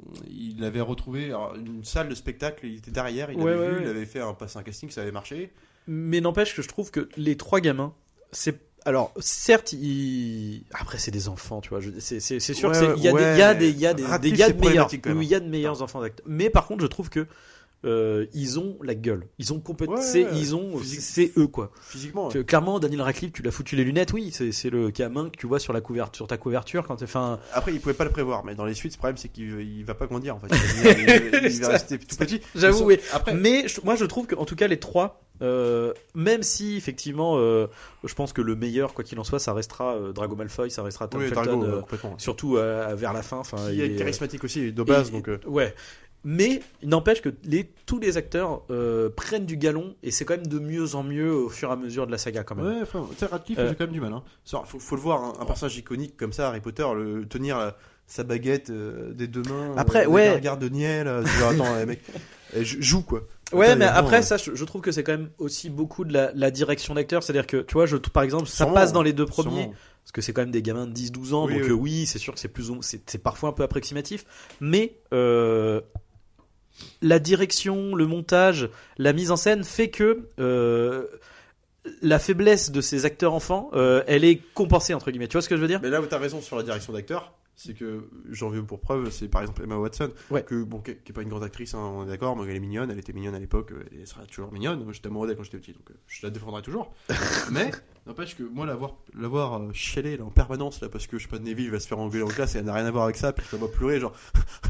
il avait retrouvé. Alors, une salle de spectacle, il était derrière, il Ouais, avait ouais, vu, ouais. il avait fait un, passé un casting, ça avait marché. Mais n'empêche que je trouve que les trois gamins, c'est. Alors, certes, ils... après, c'est des enfants, tu vois. je- C'est, c'est, c'est sûr Ouais, qu'il y a ouais, des, il y a mais des, il y a des, Radcliffe, des gars c'est de meilleurs, problématique, quand même. oui, il y a de meilleurs enfants d'acteurs. Mais par contre, je trouve que euh, ils ont la gueule. Ils ont complètement. Ouais, c'est, ouais. ils ont. Physique- C'est eux, quoi. Physiquement, ouais. Tu- Clairement, Daniel Radcliffe, tu l'as foutu les lunettes, oui. C'est, c'est le gamin que tu vois sur la couverture, sur ta couverture quand tu fais un. Après, il pouvait pas le prévoir, mais dans les suites, le problème, c'est qu'il il va pas grandir en fait. Il, va- il va- il va rester tout petit. J'avoue, Mais oui. Après, Mais je- moi, je trouve qu'en tout cas, les trois, euh, même si effectivement, euh, je pense que le meilleur, quoi qu'il en soit, ça restera euh, Drago Malfoy, ça restera Tom Oui, Felton, Drago, euh, euh, complètement. surtout euh, vers la fin. Enfin, Qui il est est- charismatique aussi, de base, et- donc. euh, Ouais. Mais il n'empêche que les, tous les acteurs euh, prennent du galon et c'est quand même de mieux en mieux au fur et à mesure de la saga quand même. ouais, enfin, tu sais, Radcliffe, Euh, j'ai quand même du mal. Hein. ça, faut, faut le voir, hein, un personnage iconique comme ça, Harry Potter, le, tenir la- sa baguette euh, des deux mains, Après, euh, ouais. avec un regard de niel, euh, tu vois, attends, les mecs, eh, je- joue quoi. Ouais, Attends, mais il y a après vraiment, ça, je, je trouve que c'est quand même aussi beaucoup de la, la direction d'acteur. C'est-à-dire que, tu vois, je, par exemple, ça Sûrement, passe dans les deux premiers. sûrement. Parce que c'est quand même des gamins de dix douze ans, Oui, donc oui. euh, oui, c'est sûr que c'est plus ou- c'est, c'est parfois un peu approximatif, mais euh, la direction, le montage, la mise en scène fait que euh, la faiblesse de ces acteurs enfants, euh, elle est compensée entre guillemets. Tu vois ce que je veux dire? Mais là où t'as raison sur la direction d'acteur, c'est que j'en veux pour preuve, c'est par exemple Emma Watson, Ouais. que bon, qui qui est pas une grande actrice, hein, on est d'accord, mais elle est mignonne, elle était mignonne à l'époque, euh, elle sera toujours mignonne. Moi, j'étais amoureux d'elle quand j'étais petit, donc euh, je la défendrai toujours. Mais n'empêche que moi l'avoir, l'avoir euh, chialé là en permanence là parce que je sais pas, Neville va se faire engueuler en classe et elle n'a rien à voir avec ça, puis je la vois pleurer genre.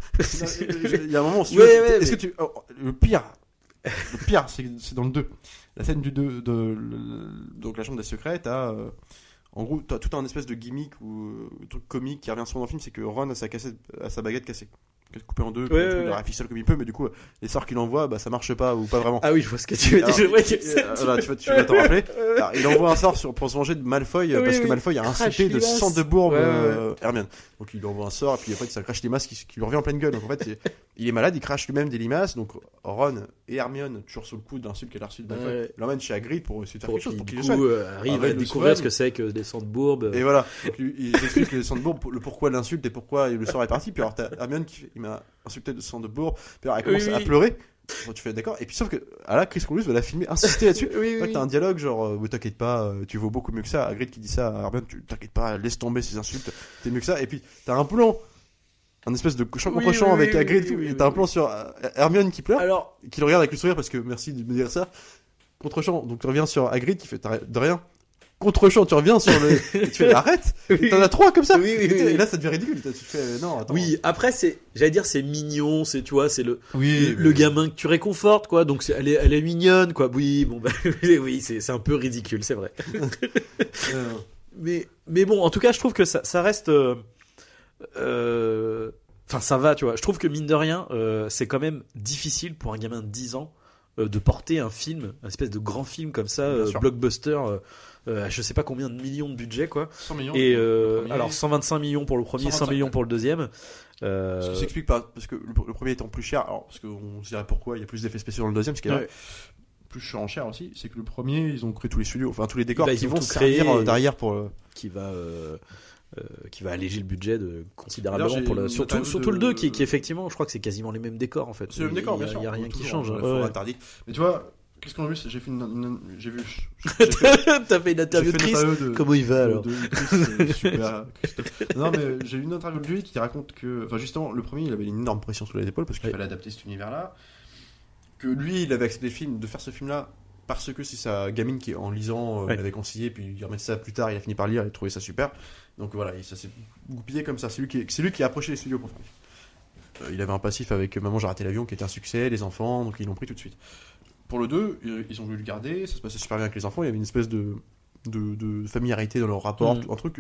Il y a un moment, si tu Ouais, veux, ouais, est-ce mais- que tu, oh, le pire, le pire, c'est, c'est dans le deux. La scène du deux, de, le- donc la chambre des secrets, t'as euh, en gros, t'as tout un espèce de gimmick ou euh, truc comique qui revient souvent dans le film, c'est que Ron a sa, cassette, a sa baguette cassée, coupée en deux, puis Ouais, le truc, ouais, il la ouais. ficelle comme il peut, mais du coup, euh, les sorts qu'il envoie, bah ça marche pas ou pas vraiment. Ah oui, je vois ce que tu veux dire. Alors, Je vois il- que c'est- euh, voilà, tu vas, tu vas t'en rappeler. Alors, il envoie un sort sur, pour se venger de Malfoy euh, Oui, parce que oui. Malfoy a Crash insulté de Limace. sang de bourbe Ouais, ouais, euh, Hermione. Donc il lui envoie un sort et puis en fait ça crache des limaces qui, qui lui revient en pleine gueule. Donc en fait il, il est malade, il crache lui-même des limaces. Donc Ron et Hermione toujours sous le coup d'un l'insulte qu'elle a reçu de Malfoy, Ouais. l'emmènent chez Hagrid pour essayer de faire Pour quelque chose qui, pour du qu'il le coup, soigne. euh, arrive Ah, à ouais, le découvrir soigne. ce que c'est que des sangs de bourbe. Et voilà, donc, lui, il explique le sang de bourbe, le pourquoi de l'insulte et pourquoi le sort est parti. Puis alors t'as Hermione qui fait, il m'a insulté de sang de bourbe. Puis alors elle commence Oui, à oui. pleurer. Bon, tu fais d'accord. Et puis sauf que ah là Chris Columbus va la filmer, insister là-dessus. Oui, C'est vrai oui. que t'as un dialogue genre, euh, t'inquiète pas, euh, tu vaux beaucoup mieux que ça. Hagrid qui dit ça à Hermione, tu t'inquiète pas, laisse tomber ces insultes, t'es mieux que ça. Et puis t'as un plan, un espèce de champ Oui, contre champ oui, avec oui, Hagrid, oui, et tout, oui, et oui, t'as un oui. plan sur euh, Hermione qui pleure, Alors, qui le regarde avec le sourire parce que merci de me dire ça. Contre champ, donc tu reviens sur Hagrid qui fait t'as- de rien. Contre champ, tu reviens sur le, et tu fais arrête. Et t'en as trois comme ça. Oui, oui, et, oui, oui. et là ça devient ridicule. Tu fais euh, non attends. oui, après, c'est, j'allais dire, c'est mignon, c'est, tu vois, c'est le, oui, le gamin que tu réconfortes, quoi. Donc, c'est, elle est, elle est mignonne, quoi. Oui, bon, bah, oui, c'est, c'est un peu ridicule, c'est vrai. Euh, mais, mais bon, en tout cas, je trouve que ça, ça reste. Euh, euh, Enfin, ça va, tu vois. Je trouve que mine de rien, euh, c'est quand même difficile pour un gamin de dix ans euh, de porter un film, un espèce de grand film comme ça, euh, blockbuster, euh, euh, je sais pas combien de millions de budget, quoi. cent millions. Et euh, alors cent vingt-cinq millions pour le premier, cent millions pour le deuxième. Euh... Ce qui s'explique pas, parce que le, le premier étant plus cher, alors parce qu'on se dirait pourquoi il y a plus d'effets spéciaux dans le deuxième, parce qu'il y a ouais. plus cher en cher aussi, c'est que le premier, ils ont créé tous les studios, enfin tous les décors bah, qui ils vont tout servir créé, derrière pour. Euh... Qui va. Euh... Euh, qui va alléger le budget de considérablement Alors, pour le surtout, surtout de... le deux qui, qui effectivement je crois que c'est quasiment les mêmes décors en fait. C'est le même décor, bien sûr. Il y a rien qui toujours, change. Hein, ouais. interdit. Mais tu vois, qu'est-ce qu'on a vu, j'ai fait une, une... j'ai vu j'ai fait... T'as fait une interview de Chris. De... Comment il va alors de, de Chris, super. Non mais j'ai eu une interview de lui qui raconte que enfin justement le premier il avait une énorme pression sur les épaules parce qu'il ouais. fallait adapter cet univers là, que lui il avait accepté le film de faire ce film là parce que c'est sa gamine qui, en lisant, euh, ouais. l'avait conseillé, puis il remettait ça plus tard, il a fini par lire et trouvé ça super. Donc voilà, et ça s'est goupillé comme ça. C'est lui qui, c'est lui qui a approché les studios pour faire. Euh, il avait un passif avec Maman, j'ai raté l'avion, qui était un succès, les enfants, donc ils l'ont pris tout de suite. Pour le deux, ils ont voulu le garder, ça se passait super bien avec les enfants, il y avait une espèce de, de, de familiarité dans leur rapport, mmh. un truc.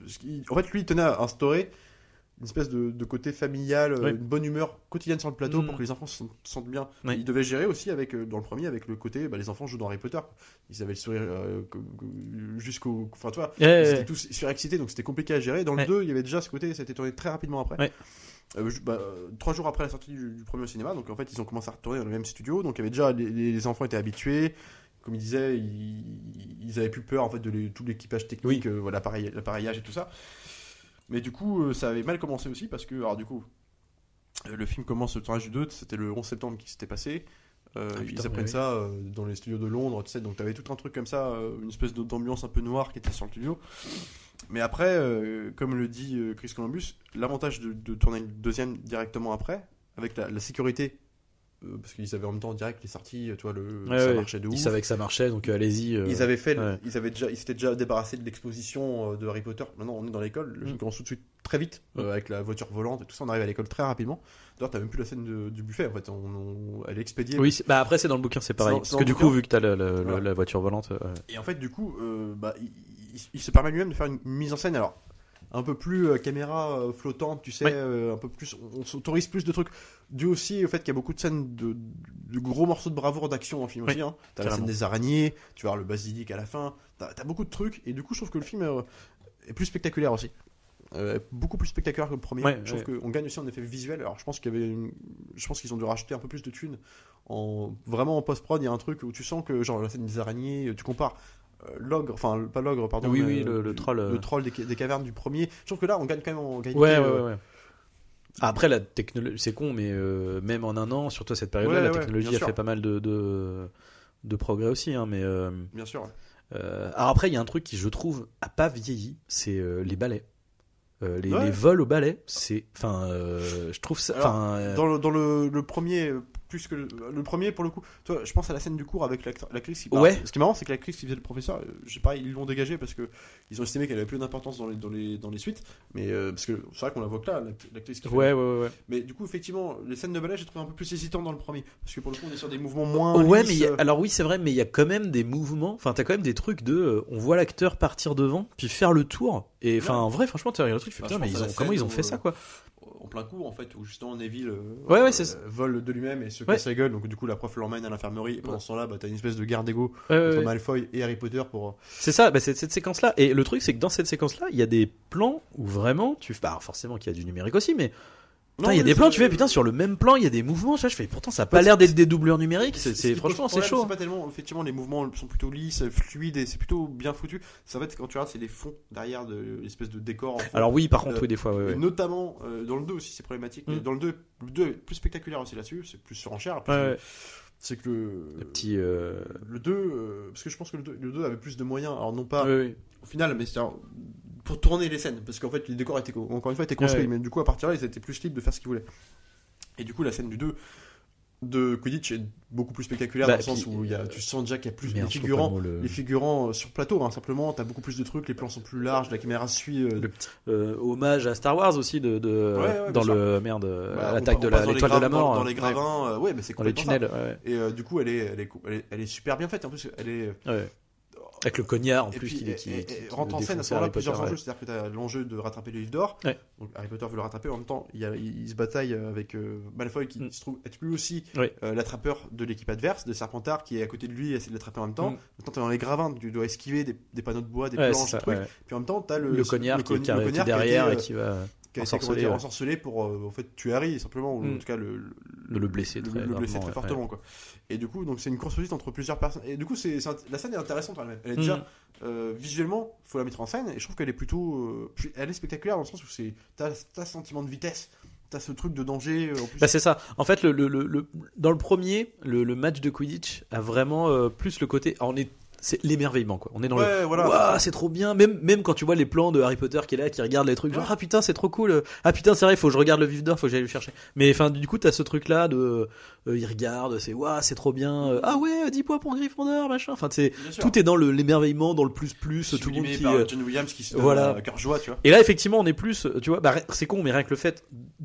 En fait, lui, il tenait à instaurer une espèce de, de côté familial, oui. une bonne humeur quotidienne sur le plateau mmh. pour que les enfants se sentent bien. Oui. Il devait gérer aussi avec, dans le premier avec le côté, bah, les enfants jouent dans Harry Potter. Ils avaient le sourire euh, jusqu'au... Enfin, tu vois, ouais, ils étaient ouais. tous surexcités, donc c'était compliqué à gérer. Dans le ouais. deux, il y avait déjà ce côté, ça a été tourné très rapidement après. Ouais. Euh, bah, trois jours après la sortie du, du premier au cinéma, donc en fait, ils ont commencé à retourner dans le même studio. Donc il y avait déjà, les, les enfants étaient habitués. Comme il disait, ils, ils avaient plus peur en fait, de les, tout l'équipage technique, oui. euh, l'appareil, l'appareillage et tout ça. Mais du coup, euh, ça avait mal commencé aussi parce que, alors du coup, euh, le film commence le tournage du deux, c'était le onze septembre qui s'était passé. Euh, ah, putain, ils apprennent oui. ça euh, dans les studios de Londres, tu sais, donc t'avais tout un truc comme ça, euh, une espèce d'ambiance un peu noire qui était sur le studio. Mais après, euh, comme le dit euh, Chris Columbus, l'avantage de, de tourner le deuxième directement après, avec la, la sécurité. Euh, parce qu'ils avaient en même temps en direct les sorties, tu vois, le, ouais, ça ouais. marchait de ouf. Ils savaient que ça marchait, donc euh, allez-y. Euh... Ils avaient fait, ouais. ils avaient déjà, ils s'étaient déjà débarrassés de l'exposition euh, de Harry Potter. Maintenant, on est dans l'école, le film commence tout de suite très vite euh, avec la voiture volante et tout ça. On arrive à l'école très rapidement. D'ailleurs, t'as même plus la scène de, du buffet. En fait, on, on, elle est expédiée. Oui, c'est, bah après c'est dans le bouquin, c'est pareil. C'est dans, parce c'est que du bouquin. Coup, vu que t'as le, le, voilà. la voiture volante. Euh... Et en fait, du coup, euh, bah, il, il, il se permet lui-même de faire une, une mise en scène. Alors. Un peu plus euh, caméra euh, flottante, tu sais, ouais. euh, un peu plus, on, on s'autorise plus de trucs, dû aussi au fait qu'il y a beaucoup de scènes de, de gros morceaux de bravoure d'action dans le film ouais. aussi. Hein. T'as Carrément. La scène des araignées, tu vas voir le basilic à la fin, t'as, t'as beaucoup de trucs, et du coup je trouve que le film euh, est plus spectaculaire aussi. Euh, beaucoup plus spectaculaire que le premier. Ouais, je trouve ouais. qu'on gagne aussi en effet visuel. Alors je pense qu'il y avait, une... je pense qu'ils ont dû rajouter un peu plus de thunes. En vraiment en post prod, il y a un truc où tu sens que genre la scène des araignées, tu compares. L'ogre, enfin pas l'ogre, pardon. Oui, mais, oui, le, le troll. Le troll des, des cavernes du premier. Je trouve que là, on gagne quand même en qualité. Ouais, ouais, ouais. ouais. Après, la technologie, c'est con, mais euh, même en un an, surtout à cette période-là, ouais, la technologie ouais, a sûr. fait pas mal de, de, de progrès aussi. Hein, mais, euh, bien sûr. Ouais. Euh, alors après, il y a un truc qui, je trouve, a pas vieilli, c'est euh, les balais. Euh, les, ouais. les vols au balai, c'est, enfin, euh, je trouve ça. Alors, euh... Dans, le, dans le, le premier, plus que le, le premier pour le coup, toi, je pense à la scène du cours avec l'actrice qui parle. Ouais. Ce qui est marrant, c'est que l'actrice qui faisait le professeur, je sais pas, ils l'ont dégagé parce que ils ont estimé qu'elle avait plus d'importance dans les, dans les, dans les suites, mais euh, parce que c'est vrai qu'on la voit que là, l'actrice qui. Ouais, fait ouais, ouais, ouais. Mais du coup, effectivement, les scènes de balai, j'ai trouvé un peu plus hésitantes dans le premier, parce que pour le coup, on est sur des mouvements moins. Ouais, lisses. mais a, alors oui, c'est vrai, mais il y a quand même des mouvements. Enfin, t'as quand même des trucs de, euh, on voit l'acteur partir devant, puis faire le tour. Et enfin, en vrai, franchement, tu regardes le truc, tu fais, putain, mais ils ont, comment ils ont fait ça, quoi. En plein coup, en fait, où justement Neville euh, ouais, ouais, c'est euh, vole de lui-même et se ouais. casse la gueule. Donc, du coup, la prof l'emmène à l'infirmerie. Et pendant ce temps-là, bah, t'as une espèce de guerre d'ego ouais, entre ouais. Malfoy et Harry Potter pour. C'est ça, bah, c'est cette séquence-là. Et le truc, c'est que dans cette séquence-là, il y a des plans où vraiment, tu. Bah, forcément qu'il y a du numérique aussi, mais. Putain, il y a des plans, tu fais, putain, sur le même plan, il y a des mouvements, je fais, pourtant, ça a pas ouais, l'air d'être des doublures numériques, c'est, c'est, c'est franchement, c'est problème, chaud. C'est pas tellement, effectivement, les mouvements sont plutôt lisses, fluides, et c'est plutôt bien foutu. Ça va être, quand tu regardes, c'est les fonds derrière de l'espèce de décor. En fond. Alors oui, par euh, contre, oui, des fois, ouais, ouais. Notamment, euh, dans le deux aussi, c'est problématique, mm. mais dans le deux, le deux est plus spectaculaire aussi là-dessus, c'est plus surenchère. Ouais, ouais. C'est que le, le petit. Euh... Le deux, euh, parce que je pense que le deux, le deux avait plus de moyens, alors non pas. Ouais, ouais. Au final, mais c'est pour tourner les scènes, parce qu'en fait, les décors étaient, encore une fois, étaient construits, ouais, ouais. mais du coup, à partir de là, ils étaient plus libres de faire ce qu'ils voulaient. Et du coup, la scène du deux de Quidditch est beaucoup plus spectaculaire bah, dans le sens où il y a, tu sens déjà qu'il y a plus de figurants, le... les figurants sur plateau, hein, simplement, t'as beaucoup plus de trucs, les plans sont plus larges, la caméra suit. Euh... Le petit euh, hommage à Star Wars aussi de, de ouais, ouais, dans le sûr. merde, bah, l'attaque on, de on la, l'étoile gra- de la mort, dans, dans les gravins, ouais, euh, ouais mais c'est dans les tunnels. Ouais. Et euh, du coup, elle est, elle est, elle est, elle est super bien faite. En plus, elle est. Ouais. Avec le cognard en et plus puis, qui, et, qui, et, qui, et qui rentre en scène à défonce ce moment-là Harry plusieurs Potter, enjeux, ouais. c'est-à-dire que tu as l'enjeu de rattraper le livre d'or. Ouais. Donc Harry Potter veut le rattraper, en même temps il, y a, il, il se bataille avec euh, Malfoy qui Mm. se trouve être lui aussi Ouais. euh, l'attrapeur de l'équipe adverse, de Serpentard qui est à côté de lui et essaie de l'attraper en même temps. Mm. Maintenant tu es dans les gravins, tu dois esquiver des, des panneaux de bois, des Ouais, planches, c'est ça, des trucs. ouais. Puis en même temps tu as le, Le cognard le qui, cogn- qui, le qui est cognard derrière qui a et été, qui va qui a été ensorceler, comment dire, ouais. ensorcelé pour euh, en fait tuer Harry simplement, ou Mm. en tout cas le, de le blesser le, très, le blesser gravement, très ouais. fortement quoi. Et du coup donc c'est une course poursuite entre plusieurs personnes. Et du coup c'est, c'est int- la scène est intéressante elle-même. Elle est déjà Mm. euh, visuellement faut la mettre en scène et je trouve qu'elle est plutôt euh, plus- elle est spectaculaire dans le sens où c'est t'as, t'as ce sentiment de vitesse, t'as ce truc de danger euh, en plus. Bah c'est ça. En fait, le, le, le, le- dans le premier, le, le match de Quidditch a vraiment euh, plus le côté. On est, c'est l'émerveillement quoi. On est dans Ouais, le. voilà, Waouh, c'est ça. c'est trop bien. Même même quand tu vois les plans de Harry Potter qui est là, qui regarde les trucs, genre Ouais. ah putain c'est trop cool. Ah putain c'est vrai, faut que je regarde le vif d'or, faut que j'aille le chercher. Mais enfin du coup t'as ce truc là de, euh, il regarde, c'est waouh c'est trop bien. Euh, ah ouais, dix points pour Gryffondor machin. Enfin c'est Bien sûr. tout est dans le, l'émerveillement, dans le plus plus. Tout le monde Sublimé qui. par euh, John Williams qui se donne voilà. à cœur joie, tu vois. Et là, effectivement, on est plus, tu vois, bah, c'est con, mais rien que le fait,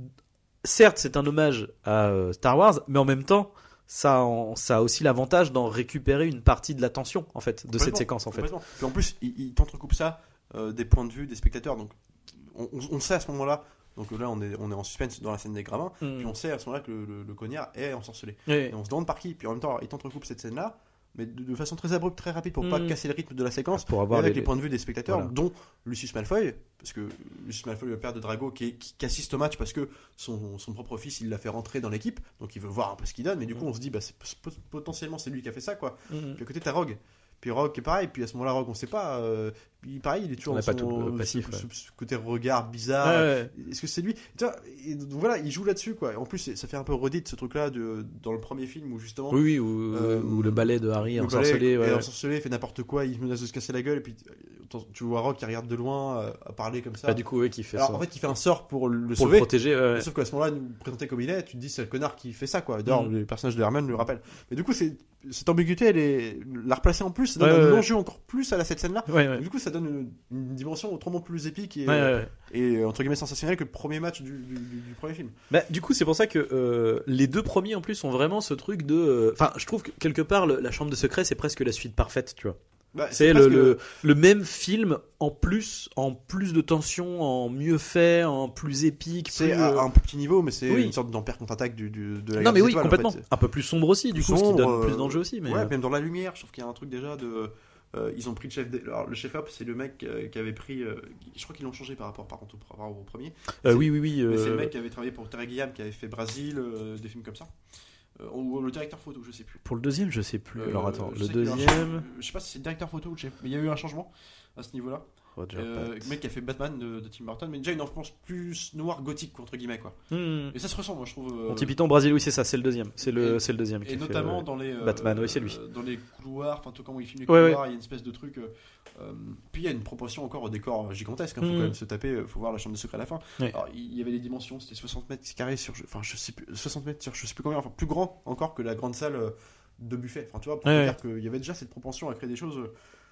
certes, c'est un hommage à euh, Star Wars, mais en même temps, ça, en- ça a aussi l'avantage d'en récupérer une partie de l'attention, en fait, de cette Complètement, séquence, en fait. complètement. Puis en plus, il, il t'entrecoupe ça euh, des points de vue des spectateurs. Donc, on, on- on sait à ce moment-là. Donc là, on est, on est en suspense dans la scène des gravins. Mm. Puis on sait à ce moment-là que le, le, le cognard est ensorcelé. Ouais. Et on se demande par qui. Puis en même temps, il t'entrecoupe cette scène-là, mais de, de façon très abrupte, très rapide, pour Mm. pas casser le rythme de la séquence. Pour Et avoir avec les- les points de vue des spectateurs, Voilà. dont Lucius Malfoy, parce que Lucius Malfoy, le père de Drago, qui, est- qui, qui assiste au match parce que son, son propre fils, il l'a fait rentrer dans l'équipe, donc il veut voir un peu ce qu'il donne, mais du coup, on se dit, bah, c'est, pot- potentiellement, c'est lui qui a fait ça, quoi. Mm. Puis à côté, t'as Rogue. Puis Rogue, qui est pareil, puis à ce moment-là, Rogue, on sait pas. Euh, puis pareil, il est toujours On n'a dans pas son- tout le passif, ce, ouais. ce- ce côté regard bizarre. Ouais, ouais. Est-ce que c'est lui tu vois, et donc voilà, il joue là-dessus, quoi. En plus, c'est- ça fait un peu redite ce truc-là de, dans le premier film où justement. Oui, oui, ou, Euh, ou le ballet de Harry Le ensorcelé. balai Ouais, est ouais. ensorcelé, il fait n'importe quoi, il menace de se casser la gueule, et puis euh, tu vois Rogue qui regarde de loin euh, à parler comme ça. Bah, du coup, ouais, qui fait Alors ça. en fait, il fait un sort pour le pour sauver. le protéger. ouais, ouais. Sauf qu'à ce moment-là, nous présenter comme il est, tu te dis c'est le connard qui fait ça, quoi. D'ailleurs, Mm. le personnage de Hermione le rappelle. Mais du coup, c'est cette ambiguïté, elle est la replacer en plus, ça donne Ouais, un ouais, enjeu encore plus à la, cette scène-là. Ouais, ouais. Du coup, ça donne une, une dimension autrement plus épique et, Ouais, ouais, ouais. et entre guillemets sensationnelle que le premier match du, du, du- du premier film. Bah, du coup, c'est pour ça que euh, les deux premiers en plus ont vraiment ce truc de. euh, Enfin, je trouve que quelque part, le- la chambre de secret, c'est presque la suite parfaite, tu vois. Bah, C'est presque- le, le, le même film en plus, en plus de tension, en mieux fait, en plus épique. C'est plus, à euh, un petit niveau, mais c'est oui. une sorte d'Empire contre-attaque du, du, de la Non, guerre mais des oui, étoiles, en complètement. fait. Un peu plus sombre aussi, du Plus coup, ce qui sombre, donne plus euh, d'enjeux aussi. Mais Ouais, euh, même dans la lumière, je trouve qu'il y a un truc déjà de. euh, ils ont pris le chef. Des... Alors, le chef op, c'est le mec euh, qui avait pris. euh, Je crois qu'ils l'ont changé par rapport, par contre, au, par rapport au premier. euh, c'est- oui, oui, oui. Mais c'est le euh, mec qui avait travaillé pour Terry Gilliam, qui avait fait Brésil, euh, des films comme ça. Euh, ou le directeur photo, je sais plus. Pour le deuxième, je sais plus. Euh, Alors attends, je le sais qu'il y a un deuxième. changement. Je sais pas si c'est le directeur photo ou le chef, mais il y a eu un changement à ce niveau-là. Roger Euh, Pat. le mec qui a fait Batman de, de Tim Burton, mais déjà une influence plus noire gothique, quoi, entre guillemets, quoi. Hmm. Et ça se ressent, moi, je trouve. euh, Monty Python, Brésil, oui, c'est ça, c'est le deuxième. C'est le, Et- c'est le deuxième. qui Et fait, notamment ouais. dans les euh, Batman, oui, c'est lui. euh, dans les couloirs, enfin tout comment il filme les Ouais, couloirs, il y a une espèce de truc. euh, euh, puis il y a une proportion encore au décor gigantesque. Il faut Mhm. quand même se taper. euh, faut voir la chambre des secrets à la fin. Ouais. Alors il y avait des dimensions, c'était soixante mètres carrés sur, enfin je sais plus, soixante mètres sur je sais plus combien, enfin plus grand encore que la grande salle euh, de buffet. Enfin tu vois, pour Ouais, te ouais. dire qu'il y avait déjà cette propension à créer des choses. euh,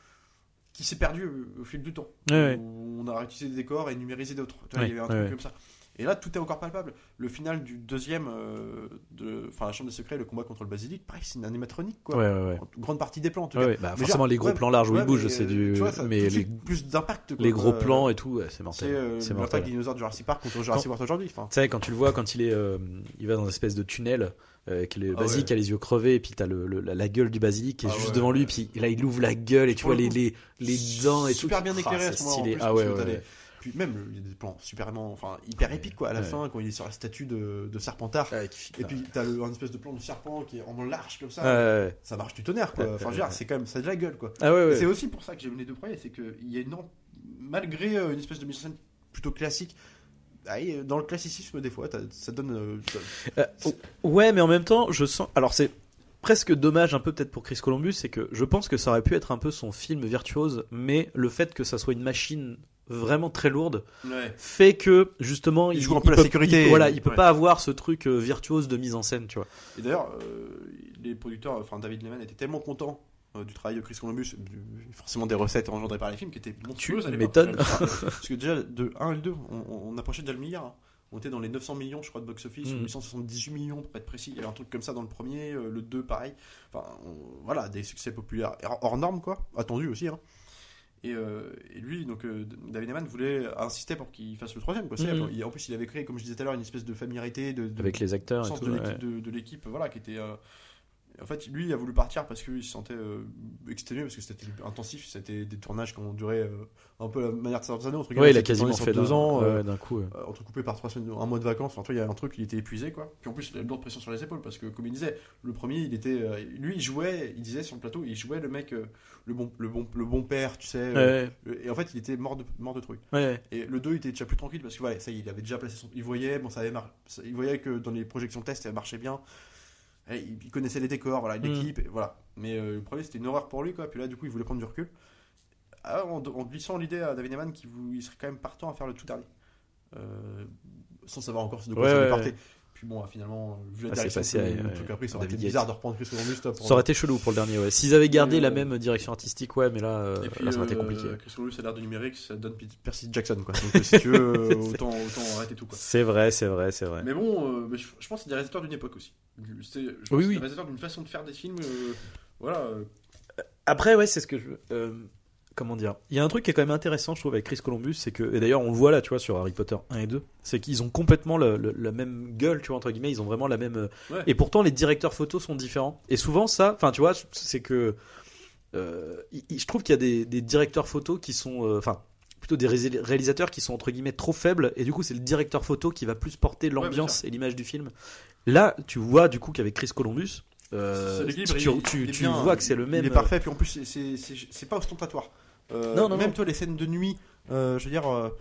qui s'est perdu euh, au fil du temps. Ouais, ouais. Où on a réutilisé des décors et numérisé d'autres. Tu vois, Ouais, il y avait un ouais, truc ouais. comme ça. Et là, tout est encore palpable. Le final du deuxième, euh, de, enfin la chambre des secrets, le combat contre le basilic, pareil, c'est une animatronique, quoi. Ouais, ouais, ouais. En grande partie des plans, en tout Ouais, cas. ouais, bah, Mais forcément, genre, les gros ouais, plans larges où ouais, ils bougent, mais, c'est euh, du. tu vois, ça, mais tout de les, suite, plus d'impact. quoi. les gros Euh, plans et tout, ouais, c'est C'est mortel. euh, C'est l'attaque mortel. des dinosaures de Jurassic Park contre Jurassic World aujourd'hui. Enfin, Tu sais, quand tu le vois, quand il est, euh, il va dans une espèce de tunnel, euh, avec le Ah basilic ouais. qui a les yeux crevés, et puis t'as le, le- la, la gueule du basilic qui est Ah juste ouais, devant lui, ouais. puis là il ouvre la gueule et tu Pour vois le les, coup, les, les dents et tout. super bien éclairé Ah, à c'est ce moment-là. en stylé. plus, Ah parce ouais, que ouais, t'as des- ouais. Puis même, il y a des plans super, enfin, hyper Ouais, épiques, quoi. À la ouais. fin, quand il est sur la statue de, de Serpentard. Ouais, qui fit- Et puis t'as le- un espèce de plan de serpent qui est en large comme ça. Ouais, ouais, ouais. Ça marche du tonnerre, quoi. Ouais, Enfin, je ouais, veux dire, ouais. c'est quand même, ça a de la gueule, quoi. Ah ouais, Et ouais. c'est aussi pour ça que j'aime les deux premiers, c'est qu'il y a une en- malgré euh, une espèce de mise en scène plutôt classique, ah, et, euh, dans le classicisme des fois, t'as- ça donne. euh, ça- Euh, ouais, mais en même temps, je sens. Alors, c'est presque dommage un peu peut-être pour Chris Columbus, c'est que je pense que ça aurait pu être un peu son film virtuose, mais le fait que ça soit une machine vraiment très lourde fait que justement Il il, joue un peu la peut, sécurité. il- voilà, il peut Ouais. pas avoir ce truc euh, virtuose de mise en scène, tu vois. Et d'ailleurs, euh, les producteurs, enfin David Lehman, étaient tellement contents euh, du travail de Chris Columbus, du- forcément des recettes engendrées par les films qui étaient monstrueuses à l'époque. m'étonnes. Parce que déjà, de un et le deux, on, on approchait déjà le milliard. hein. on était dans les neuf cents millions, je crois, de box-office, Mmh. ou huit cent soixante-dix-huit millions pour être précis. Il y avait un truc comme ça dans le premier, euh, le deux pareil. Enfin, on- voilà, des succès populaires hors normes, quoi, attendus aussi. Hein. Et, euh, et lui, donc euh, David Hayman voulait insister pour qu'il fasse le troisième. Quoi. C'est- Mhm. il- en plus, il avait créé, comme je disais tout à l'heure, une espèce de familiarité, de, de Avec les acteurs et sens tout. de ouais. l'équipe, de, de l'équipe, voilà, qui était. euh, En fait, lui, il a voulu partir parce qu'il se sentait euh, exténué, parce que c'était intensif, c'était des tournages qui ont duré euh, un peu la manière de certaines années. Entre Ouais, il a c'était quasiment tourné sur fait deux d'un- ans, ouais, euh, d'un coup. ouais. euh, entrecoupé par trois semaines, un mois de vacances. Enfin, tu vois, il y a un truc, il était épuisé, quoi. Puis en plus, il avait une lourde pression sur les épaules, parce que comme il disait, le premier, il était, euh, lui, il jouait, il disait sur le plateau, il jouait le mec, euh, le bon, le bon, le bon père, tu sais. euh, Ouais, le- et en fait, il était mort de, mort de trucs. ouais. Et le deux, il était déjà plus tranquille parce que voilà, ça, y est, il avait déjà placé son, il voyait, bon, ça avait mar... ça- il voyait que dans les projections test, ça marchait bien. Et il il connaissait les décors, voilà, l'équipe, et voilà. Mais euh, le premier, c'était une horreur pour lui, quoi. Puis là, du coup, il voulait prendre du recul. Ah, en, en glissant l'idée à David Hayman qu'il vou- il serait quand même partant à faire le tout dernier, euh, sans savoir encore de quoi Ouais, ça allait ouais, porter. ouais. Puis bon, finalement, vu la Ah, c'est direction passé que à- le ouais, truc a pris, ça aurait David été Yates. bizarre de reprendre Chris Columbus. Top, Ça aurait été chelou pour le dernier, ouais. S'ils avaient gardé Et, la euh, même direction artistique, ouais, mais là, euh, Et puis, là ça aurait été euh, compliqué. Chris Columbus, à l'ère du numérique, ça donne P- Percy Jackson, quoi. Donc, euh, si tu veux, euh, autant, autant arrêter tout, quoi. C'est vrai, c'est vrai, c'est vrai. Mais bon, euh, mais je, je pense que c'est des réalisateurs d'une époque aussi. C'est, je pense Oui, que c'est oui. des réalisateurs d'une façon de faire des films. euh, voilà. euh, Après, ouais, c'est ce que je veux. euh, comment dire? Il y a un truc qui est quand même intéressant, je trouve, avec Chris Columbus, c'est que, et d'ailleurs, on le voit là, tu vois, sur Harry Potter un et deux, c'est qu'ils ont complètement le- le- la même gueule, tu vois, entre guillemets, ils ont vraiment la même. euh, Ouais. Et pourtant, les directeurs photos sont différents. Et souvent, ça, enfin, tu vois, c'est que. euh, il- il- je trouve qu'il y a des, des directeurs photos qui sont. euh, Enfin. Plutôt des ré- réalisateurs qui sont entre guillemets trop faibles, et du coup c'est le directeur photo qui va plus porter l'ambiance sûr. et l'image du film. Là tu vois du coup qu'avec Chris Columbus, euh, C'est l'équilibre, tu, il- tu- il est tu bien, vois que c'est le même. Il est parfait, puis en plus, c'est, c'est, c'est, c'est pas ostentatoire. Euh, Non, non, même non. toi, les scènes de nuit, euh, je veux dire. euh,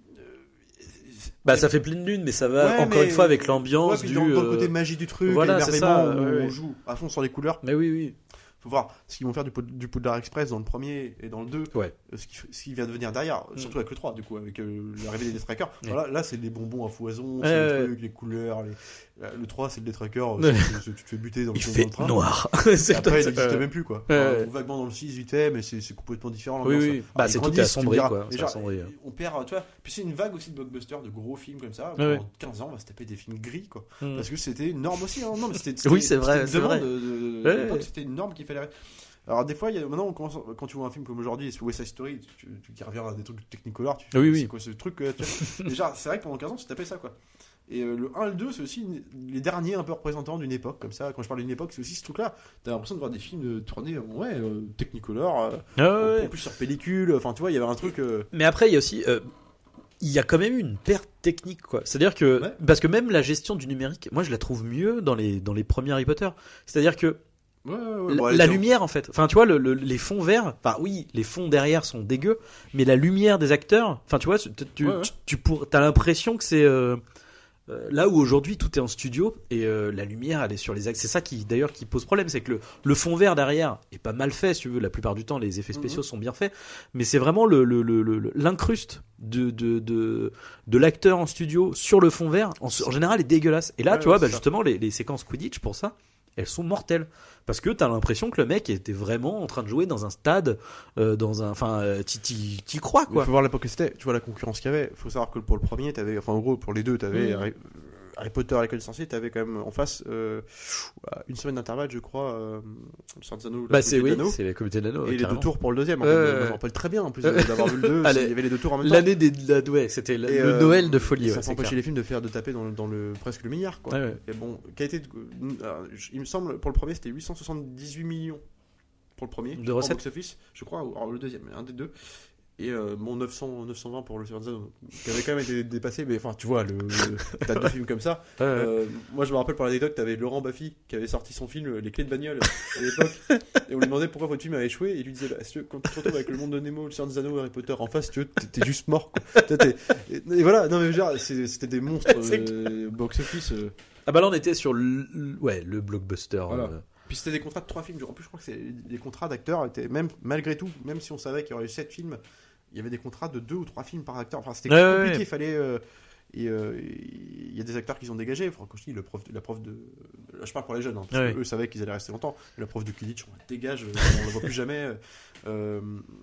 Bah ça fait pleine lune, mais ça va ouais, encore mais- une fois avec ouais, l'ambiance puis du. dans, dans le euh, côté magie du truc, voilà, et c'est l'émerveillement ça, où ouais, ouais. on joue à fond sur les couleurs. Mais oui, oui. Faut voir ce qu'ils vont faire du, Pod- du Poudlard Express dans le premier et dans le deux. Ouais. euh, Ce qui, ce qui va devenir derrière, Mm. surtout avec le trois, du coup, avec euh, l'arrivée des Deathtrackers. Ouais. Voilà, là, c'est des bonbons à foison, Ouais, c'est ouais, les trucs, les couleurs. Les... euh, Le trois, c'est le Deathtracker, Ouais. c'est- c'est- tu te fais buter dans le, Il dans fait le train. noir. Et C'est après, il tout- n'existe euh, même plus, quoi. Ouais, Enfin, ouais. vaguement dans le six, vite fait, mais c'est c'est complètement différent. Oui, l'ambiance. oui. Ah, Bah ils c'est tout grandissent, est tu me assombri diras. quoi. Et C'est genre, assombri. on perd, tu vois. Puis c'est une vague aussi de blockbusters, de gros films comme ça. Ouais, Pendant quinze ans, on va se taper des films gris, quoi. Mm. Parce que c'était une norme aussi. Hein. Non, mais c'était, Oui, c'était- c'est vrai, c'était c'est une demande vrai. de- de- de- Ouais. à l'époque, c'était une norme qu'il fallait. Alors des fois, il y a, maintenant, on commence, quand tu vois un film comme aujourd'hui, sur West Side Story, tu, tu, tu reviens à des trucs Technicolor, tu fais, Oui, c'est oui. quoi ce truc euh, tu vois. Déjà, c'est vrai que pendant quinze ans, tu tapais ça, quoi. Et euh, le un et le deux, c'est aussi une- les derniers un peu représentants d'une époque, comme ça. Quand je parle d'une époque, c'est aussi ce truc-là. T'as l'impression de voir des films euh, tournés, euh, ouais, euh, Technicolor, euh, Ah ouais, en- ouais. en plus sur pellicule, enfin, tu vois, il y avait un truc. euh, Mais après, il y a aussi, euh, il y a quand même eu une perte technique, quoi. C'est-à-dire que, Ouais. parce que même la gestion du numérique, moi, je la trouve mieux dans les dans les premiers Harry Potter. C'est-à-dire que Ouais, ouais, ouais. la, Bon, elle la était- lumière, en fait. Enfin, tu vois, le, le- les fonds verts. Enfin, oui, les fonds derrière sont dégueux, mais la lumière des acteurs. Enfin, tu vois, tu, tu, Ouais, ouais. tu, tu pour, t'as l'impression que c'est euh, euh, là où aujourd'hui tout est en studio et euh, la lumière, elle est sur les axes. C'est ça qui, d'ailleurs, qui pose problème, c'est que le, le fond vert derrière est pas mal fait, si tu veux. La plupart du temps, les effets spéciaux sont bien faits, mais c'est vraiment le, le, le, le- l'incruste de de de, de l'acteur en studio sur le fond vert. En, en général, est dégueulasse. Et là, Ouais, tu vois, ouais, bah, c'est ça. justement, les, les séquences Quidditch pour ça. Elles sont mortelles parce que t'as l'impression que le mec était vraiment en train de jouer dans un stade, euh, dans un, enfin, euh, t'y- t'y t'y crois Il quoi. faut voir l'époque que c'était. Tu vois la concurrence qu'il y avait. Il faut savoir que pour le premier, t'avais, enfin en gros pour les deux, t'avais Mm. Harry, Harry Potter et l'école des sorciers, t'avais quand même en face euh, une semaine d'intervalle, je crois. Euh, le Seigneur des Anneaux, la Bah c'est Communauté oui, d'Anneaux. c'est la communauté de l'anneau. Et les deux carrément. tours pour le deuxième. En Ouais, fait. ouais, Moi, je ouais. me rappelle très bien en plus d'avoir vu le deux. Allez. Il y avait les deux tours en même temps. L'année des, la, ouais, c'était le, Et, le euh, Noël de folie. Et Ouais, ça c'est empêché clair. les films de faire de taper dans, le- dans le presque le milliard, quoi. Ouais, ouais. Et bon, qualité de, alors, je- il me semble pour le premier c'était huit cent soixante-dix-huit millions pour le premier De en recettes. box-office, je crois, ou alors le deuxième, un des deux. Et euh, bon neuf cents, neuf cent vingt pour le Seigneur des Anneaux, qui avait quand même été dépassé, mais enfin tu vois, le, le tas de films comme ça. Ouais, ouais. Euh, moi je me rappelle pour l'anecdote, t'avais Laurent Baffy qui avait sorti son film Les Clés de bagnole à l'époque, et on lui demandait pourquoi votre film avait échoué, et il lui disait bah, si tu veux, quand tu te retrouves avec le monde de Nemo, le Seigneur des Anneaux, Harry Potter en face, tu veux, t'es, t'es juste mort. Quoi. T'es- t'es- et, et voilà, non mais genre, c'est- c'était des monstres C'est euh, box-office. Euh. Ah bah là on était sur le, le- ouais, le blockbuster. Voilà. euh. Puis c'était des contrats de trois films. En plus, je crois que c'est, les contrats d'acteurs étaient, même malgré tout, même si on savait qu'il y aurait eu sept films, il y avait des contrats de deux ou trois films par acteur. Enfin, c'était Ouais, compliqué. ouais, ouais. Il fallait. euh, et euh, il y a des acteurs qui ont dégagé. Enfin, quand je dis le prof, la prof de. Là, je parle pour les jeunes, hein, parce Ouais. que eux savaient qu'ils allaient rester longtemps. La prof de Quidditch, on la dégage, euh, on la voit plus jamais. Euh,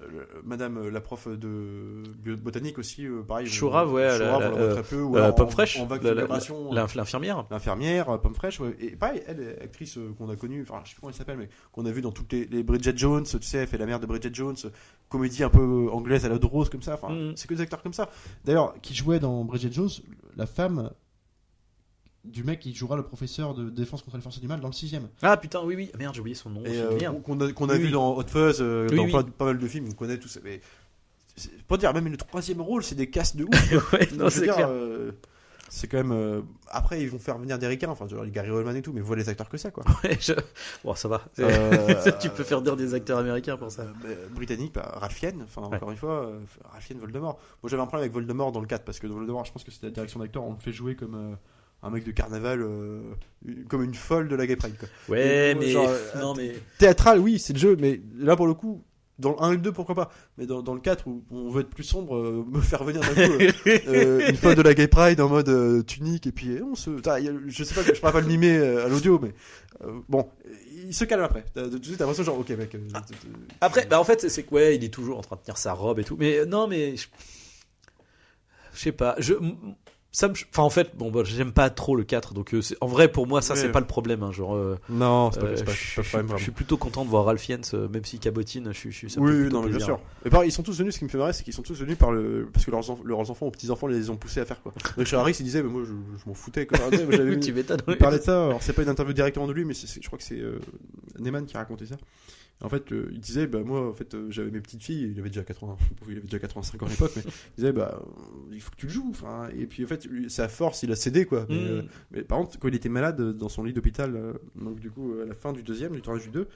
le- Madame la prof de bio- botanique aussi, euh, pareil. Shura, on- ouais, Shura, la- on la la- voit très peu. Ou euh, alors Pomme en- fraîche, En vague la- la- figuration. L'inf- L'infirmière. L'infirmière, euh, Pomme fraîche, ouais. Et pareil, elle est actrice euh, qu'on a connue, enfin je sais pas comment elle s'appelle, mais qu'on a vu dans toutes les, les Bridget Jones, tu sais, elle fait la mère de Bridget Jones, euh, comédie un peu euh, anglaise à la de Rose comme ça, enfin Mhm. c'est que des acteurs comme ça. D'ailleurs, qui jouait dans Bridget Jones, la femme du mec qui jouera le professeur de défense contre les forces du mal dans le sixième. Ah putain, oui, oui. Merde, j'ai oublié son nom. Et aussi. euh, Merde. qu'on a, qu'on a Oui, vu oui. dans Hot Fuzz, euh, Oui, dans oui. Pas, pas mal de films, on connaît tout ça. Mais c'est pas dire, même le troisième rôle, c'est des castes de ouf. Ouais, Je non, veux c'est dire, clair. euh, c'est quand même. euh, Après, ils vont faire venir des ricains, enfin, genre les Gary Oldman et tout, mais vois les acteurs que c'est, quoi. Ouais, je- Bon, ça va. Euh, Tu peux faire dire des acteurs américains pour ça. Euh, bah, britannique, bah, Ralph Fiennes, enfin Ouais. encore une fois, euh, Ralph Fiennes, Voldemort. Moi j'avais un problème avec Voldemort dans le quatre parce que dans Voldemort, je pense que c'était la direction d'acteur, on le fait jouer comme euh, un mec de carnaval, euh, une- comme une folle de la Gay Pride. Quoi. Ouais, Et, mais. genre, euh, non, mais. Théâtral, oui, c'est le jeu, mais là pour le coup, dans le un et le deux, pourquoi pas, mais dans, dans le quatre où on veut être plus sombre, euh, me faire venir d'un coup euh, euh, une folle de la Gay Pride en mode euh, tunique et puis euh, on se. Putain, y a- je sais pas, je pourrais pas le mimer euh, à l'audio, mais euh, bon, il se calme après. T'as- Tout de suite, t'as l'impression genre, ok mec. euh, Ah. t- t- Après, bah en fait, c'est- c'est que ouais, il est toujours en train de tenir sa robe et tout. Mais euh, non, mais je je sais pas. Je m- ça me, enfin en fait, bon, bah, j'aime pas trop le quatre, donc euh, c'est- en vrai pour moi ça Ouais. c'est pas le problème. Hein, genre, euh, Non, c'est pas, euh, c'est pas, je, c'est pas le je- problème, je vraiment. suis plutôt content de voir Ralph Fiennes, euh, même s'il cabotine. Je suis, je suis ça me Oui, fait oui, plutôt non, mais bien plaisir. sûr. Et pareil, ils sont tous venus, ce qui me fait marrer, c'est qu'ils sont tous venus par le. Parce que leurs, enf- leurs enfants ou petits-enfants les ont poussés à faire quoi. Donc chez Harris, il disait, mais moi je, je m'en foutais quoi. Tu sais, moi, j'avais vu- Tu m'étonnes. Il parlait de ça, alors c'est pas une interview directement de lui, mais c'est- c'est- je crois que c'est euh, Neyman qui racontait ça. En fait, euh, il disait, bah moi, en fait, euh, j'avais mes petites filles, il avait déjà quatre-vingts, il avait déjà quatre-vingt-cinq ans à l'époque, mais il disait, bah, euh, il faut que tu le joues, enfin, et puis en fait, lui, sa force, il a cédé, quoi. Mais, Mm. euh, mais par contre, quand il était malade euh, dans son lit d'hôpital, euh, donc du coup, à la fin du deuxième, du tournage du deux,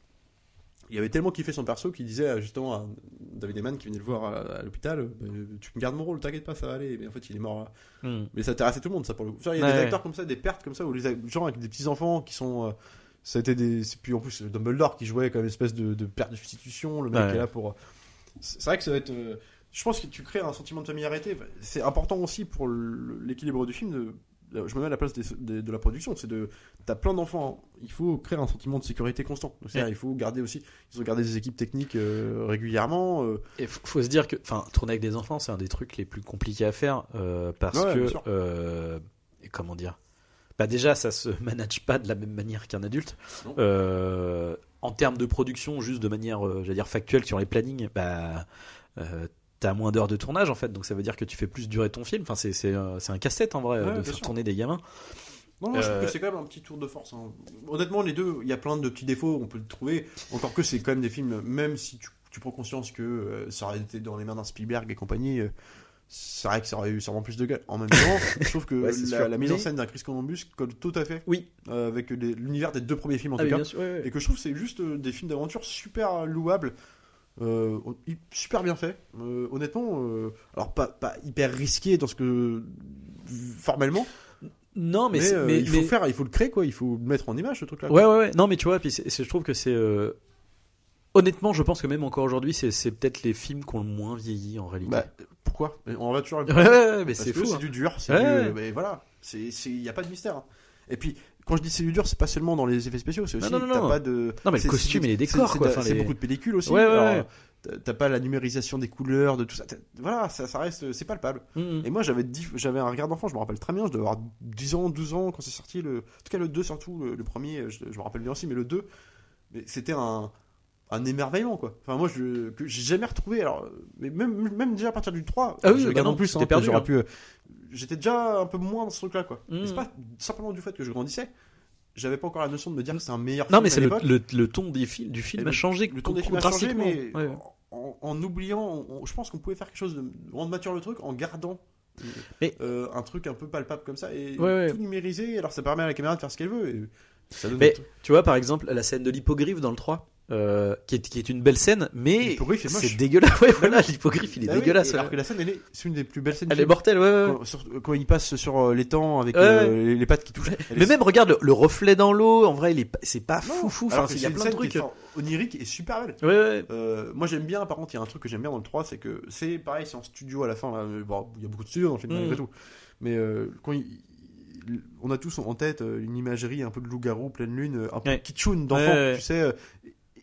il avait tellement kiffé son perso qu'il disait euh, justement à David Heyman qui venait le voir à, à l'hôpital, euh, bah, tu me gardes mon rôle, t'inquiète pas, ça va aller. Mais en fait, il est mort là. Mm. Mais ça intéressait tout le monde, ça pour le coup. Il y a Ouais, des ouais. acteurs comme ça, des pertes comme ça, où les a- gens avec des petits enfants qui sont. euh, ça a été des. c'est- Puis en plus, Dumbledore qui jouait comme une espèce de, de père de substitution, le mec Ouais. qui est là pour. C'est c'est vrai que ça va être. euh, Je pense que tu crées un sentiment de familiarité. C'est important aussi pour le- l'équilibre du film. De, je me mets à la place des- des- de la production. C'est de. T'as plein d'enfants. Il faut créer un sentiment de sécurité constant. C'est-à-dire, Ouais. il faut garder aussi. Ils ont gardé des équipes techniques euh, régulièrement. euh, Et faut, faut se dire que, enfin, tourner avec des enfants, c'est un des trucs les plus compliqués à faire euh, parce Ouais, bien que, sûr. euh, et comment dire, bah déjà, ça se manage pas de la même manière qu'un adulte. Non. Euh, en termes de production, juste de manière, euh, j'allais dire factuelle sur les plannings, bah, euh, t'as moins d'heures de tournage en fait, donc ça veut dire que tu fais plus durer ton film. Enfin, c'est c'est euh, c'est un casse-tête en vrai Ouais, de bien faire sûr. tourner des gamins. Non, non, je trouve Euh, que c'est quand même un petit tour de force. hein. Honnêtement, les deux, il y a plein de petits défauts, on peut le trouver. Encore que c'est quand même des films, même si tu, tu prends conscience que euh, ça aurait été dans les mains d'un Spielberg et compagnie, euh, c'est vrai que ça aurait eu sûrement plus de gueule. En même temps, je trouve que Ouais, c'est la, sûr. la mise en Mais- scène d'un Chris Columbus colle tout à fait Oui. euh, avec les- l'univers des deux premiers films en Ah, tout mais cas. bien sûr, ouais, ouais. Et que je trouve que c'est juste euh, des films d'aventure super louables. Euh, hy- super bien fait, euh, honnêtement. euh, alors pas, pas hyper risqué dans ce que formellement, Non, mais, mais, c'est- euh, mais- il faut mais- faire, il faut le créer quoi, il faut le mettre en image ce truc là. Ouais, ouais, ouais. Non, mais tu vois, puis c'est- c'est- je trouve que c'est. euh, Honnêtement, je pense que même encore aujourd'hui, c'est c'est peut-être les films qui ont le moins vieilli en réalité. Bah, pourquoi On va toujours. ouais, ouais, ouais, mais Parce c'est que fou. c'est hein. du dur, c'est Ouais, du. ouais. Mais voilà, c'est, c'est, y a pas de mystère. hein. Et puis, quand je dis c'est du dur, c'est pas seulement dans les effets spéciaux, c'est aussi Non, non, non, t'as non. pas de. Non, mais le c'est- costume c'est- et les c'est- décors, c'est- quoi. C'est, Enfin, c'est les- beaucoup de pellicules aussi. Ouais, ouais, Alors, ouais. t'as- T'as pas la numérisation des couleurs, de tout ça. T'as- Voilà, ça, ça reste, c'est palpable. Mhm. Et moi, j'avais, dix- j'avais un regard d'enfant, je me rappelle très bien, je devais avoir dix ans, douze ans quand c'est sorti. Le... En tout cas, le deux surtout, le, le premier, je, je me rappelle bien aussi, mais le deux, mais c'était un, un émerveillement, quoi. Enfin, moi, je, que j'ai jamais retrouvé. Alors, mais même, même déjà à partir du trois, Ah oui, je bah regarde non, en plus, t'étais hein, perdu, j'aurais hein. pu. euh, J'étais déjà un peu moins dans ce truc-là, quoi. Mhm. Mais c'est pas simplement du fait que je grandissais. J'avais pas encore la notion de me dire que c'est un meilleur Non, film mais à c'est le, l'époque. le, le ton des fil- du film Et a le- changé. Le ton des films a changé, drastiquement. mais Ouais. en, en oubliant, on- je pense qu'on pouvait faire quelque chose de rendre mature le truc en gardant Mais- euh, un truc un peu palpable comme ça et Ouais, ouais. tout numériser. Alors ça permet à la caméra de faire ce qu'elle veut. Et ça donne Mais des trucs. tu vois, par exemple, la scène de l'hippogriffe dans le trois, euh, qui, est, qui est une belle scène, mais L'hippogriffe est moche. c'est dégueulasse. Ouais, voilà, l'hippogriffe, il est Ah oui, dégueulasse. et alors ouais. que la scène, elle est, c'est une des plus belles scènes. Elle du est film. mortelle, ouais, ouais. Quand, sur- quand il passe sur euh, l'étang avec Ouais, euh, ouais. les, les pattes qui touchent. elle Mais est- même, regarde, le, le reflet dans l'eau, en vrai, il est, pas- c'est pas Non, fou fou. alors Enfin, que il y a c'est une plein de scène qui trucs. est fort- onirique et super belle. Ouais, ouais. Euh, moi j'aime bien, par contre, il y a un truc que j'aime bien dans le trois, c'est que c'est pareil, c'est en studio à la fin. Là. Bon, il y a beaucoup de studios dans le film, Mm. malgré tout. Mais euh, quand il- il- on a tous en tête euh, une imagerie un peu de loup-garou, pleine lune, euh, un peu Ouais. kitschoun d'enfant, Ouais, ouais. tu sais. euh,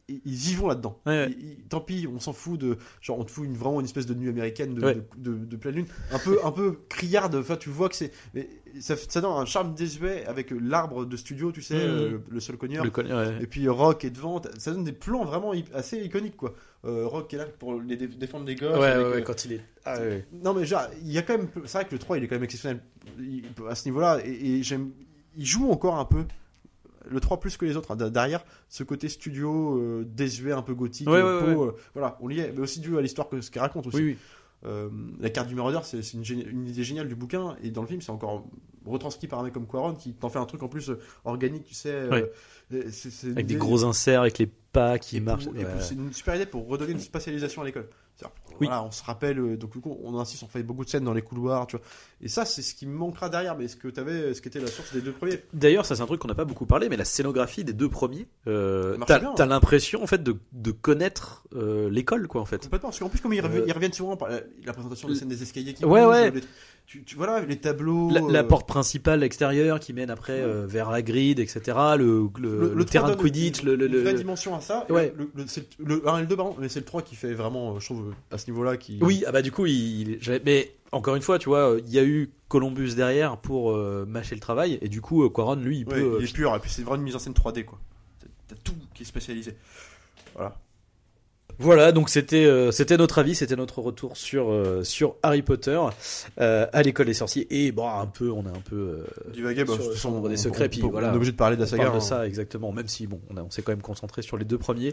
ils, ils y vont là-dedans. Ouais, ouais. Ils- ils- tant pis, on s'en fout de genre on te fout une, vraiment une espèce de nuit américaine de, Ouais. de, de, de pleine lune, un peu un peu criarde. Enfin, tu vois que c'est mais ça, ça donne un charme désuet avec l'arbre de studio, tu sais, Mhm. euh, le, le seul cogneur. Le cogneur, ouais. Et puis Rock est devant, ça donne des plans vraiment hy- assez iconiques quoi. Euh, Rock est là pour les dé- défendre les gosses. Ouais, avec, ouais, ouais, euh, quand il est. Ah, ouais. Non mais genre, il y a quand même, c'est vrai que le trois il est quand même exceptionnel il- à ce niveau-là et, et j'aime, il joue encore un peu le trois plus que les autres hein, derrière ce côté studio euh, désuet un peu gothique, Ouais, euh, ouais, peau, euh, voilà, on y est, mais aussi dû à l'histoire que ce qu'il raconte aussi. Oui, oui. Euh, la carte du Marauder, c'est c'est une, génie- une idée géniale du bouquin et dans le film c'est encore retranscrit par un mec comme Quaron qui t'en fait un truc en plus euh, organique, tu sais, euh, Ouais. et c'est- c'est Avec des une- gros inserts, avec les pas qui et marchent. pour- et Ouais. pour- c'est une super idée pour redonner une spatialisation à l'école. C'est-à-dire, Oui. Voilà, on se rappelle, euh, donc du coup, on insiste, on fait beaucoup de scènes dans les couloirs, tu vois. Et ça, c'est ce qui me manquera derrière, mais ce que t'avais, ce qui était la source des deux premiers. D'ailleurs, ça c'est un truc qu'on n'a pas beaucoup parlé, mais la scénographie des deux premiers, euh, Ça marche t'as bien, t'as hein. l'impression en fait de, de connaître euh, l'école, quoi, en fait. Complètement, parce qu'en plus, comme ils, rev- Euh, ils reviennent souvent par la, la présentation des scènes des escaliers qui Ouais, bougent, ouais. les- tu, tu- voilà, les tableaux. La, la euh, porte principale extérieure qui mène après euh, vers Hagrid, et cetera. Le, le, le trois terrain de donne Quidditch, le, le, une vraie le- dimension à ça. Et Ouais. Le, le, c'est le un et le deux, pardon, mais c'est le trois qui fait vraiment, euh, je trouve, à ce niveau-là, qui. Oui, ah bah du coup, il, j'avais- mais encore une fois, tu vois, il y a eu Columbus derrière pour euh, mâcher le travail, et du coup, euh, Quaron, lui, il Ouais, peut. euh, il est pur, et puis c'est vraiment une mise en scène trois D, quoi. T'as tout qui est spécialisé. Voilà. Voilà, donc c'était euh, c'était notre avis, c'était notre retour sur euh, sur Harry Potter euh, à l'école des sorciers, et bon, un peu, on a un peu euh, Divaguer, bah, sur de toute le façon, Chambre des on- secrets, on- puis on- voilà. On est obligé de parler de la On saga. parle de hein. ça exactement, même si bon, on, a- on s'est quand même concentré sur les deux premiers,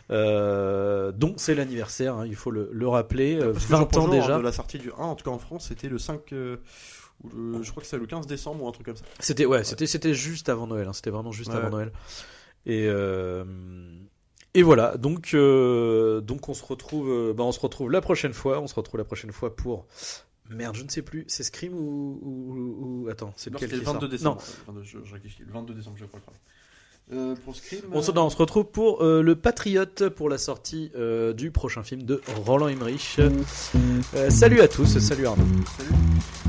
euh, dont c'est l'anniversaire, hein, il faut le, le rappeler, euh, Parce que je vingt reprends ans le genre déjà. de la sortie du un, en tout cas en France, c'était le cinq. euh, ou le- je crois que c'est le quinze décembre ou un truc comme ça. C'était ouais, c'était c'était juste avant Noël, hein, c'était vraiment juste Ouais. avant Noël. Et euh, et voilà, donc euh, donc on se retrouve, euh, bah on se retrouve la prochaine fois, on se retrouve la prochaine fois pour merde, je ne sais plus, c'est Scream ou ou, ou- attends, c'est Non, lequel c'était qui le sort vingt-deux décembre. Non, Euh, Je, je rectifie, le vingt-deux décembre, je crois. Euh, pour Scream. on se, non, on se retrouve pour euh, le Patriote pour la sortie euh, du prochain film de Roland Emmerich. Euh, salut à tous, salut Arnaud. Salut.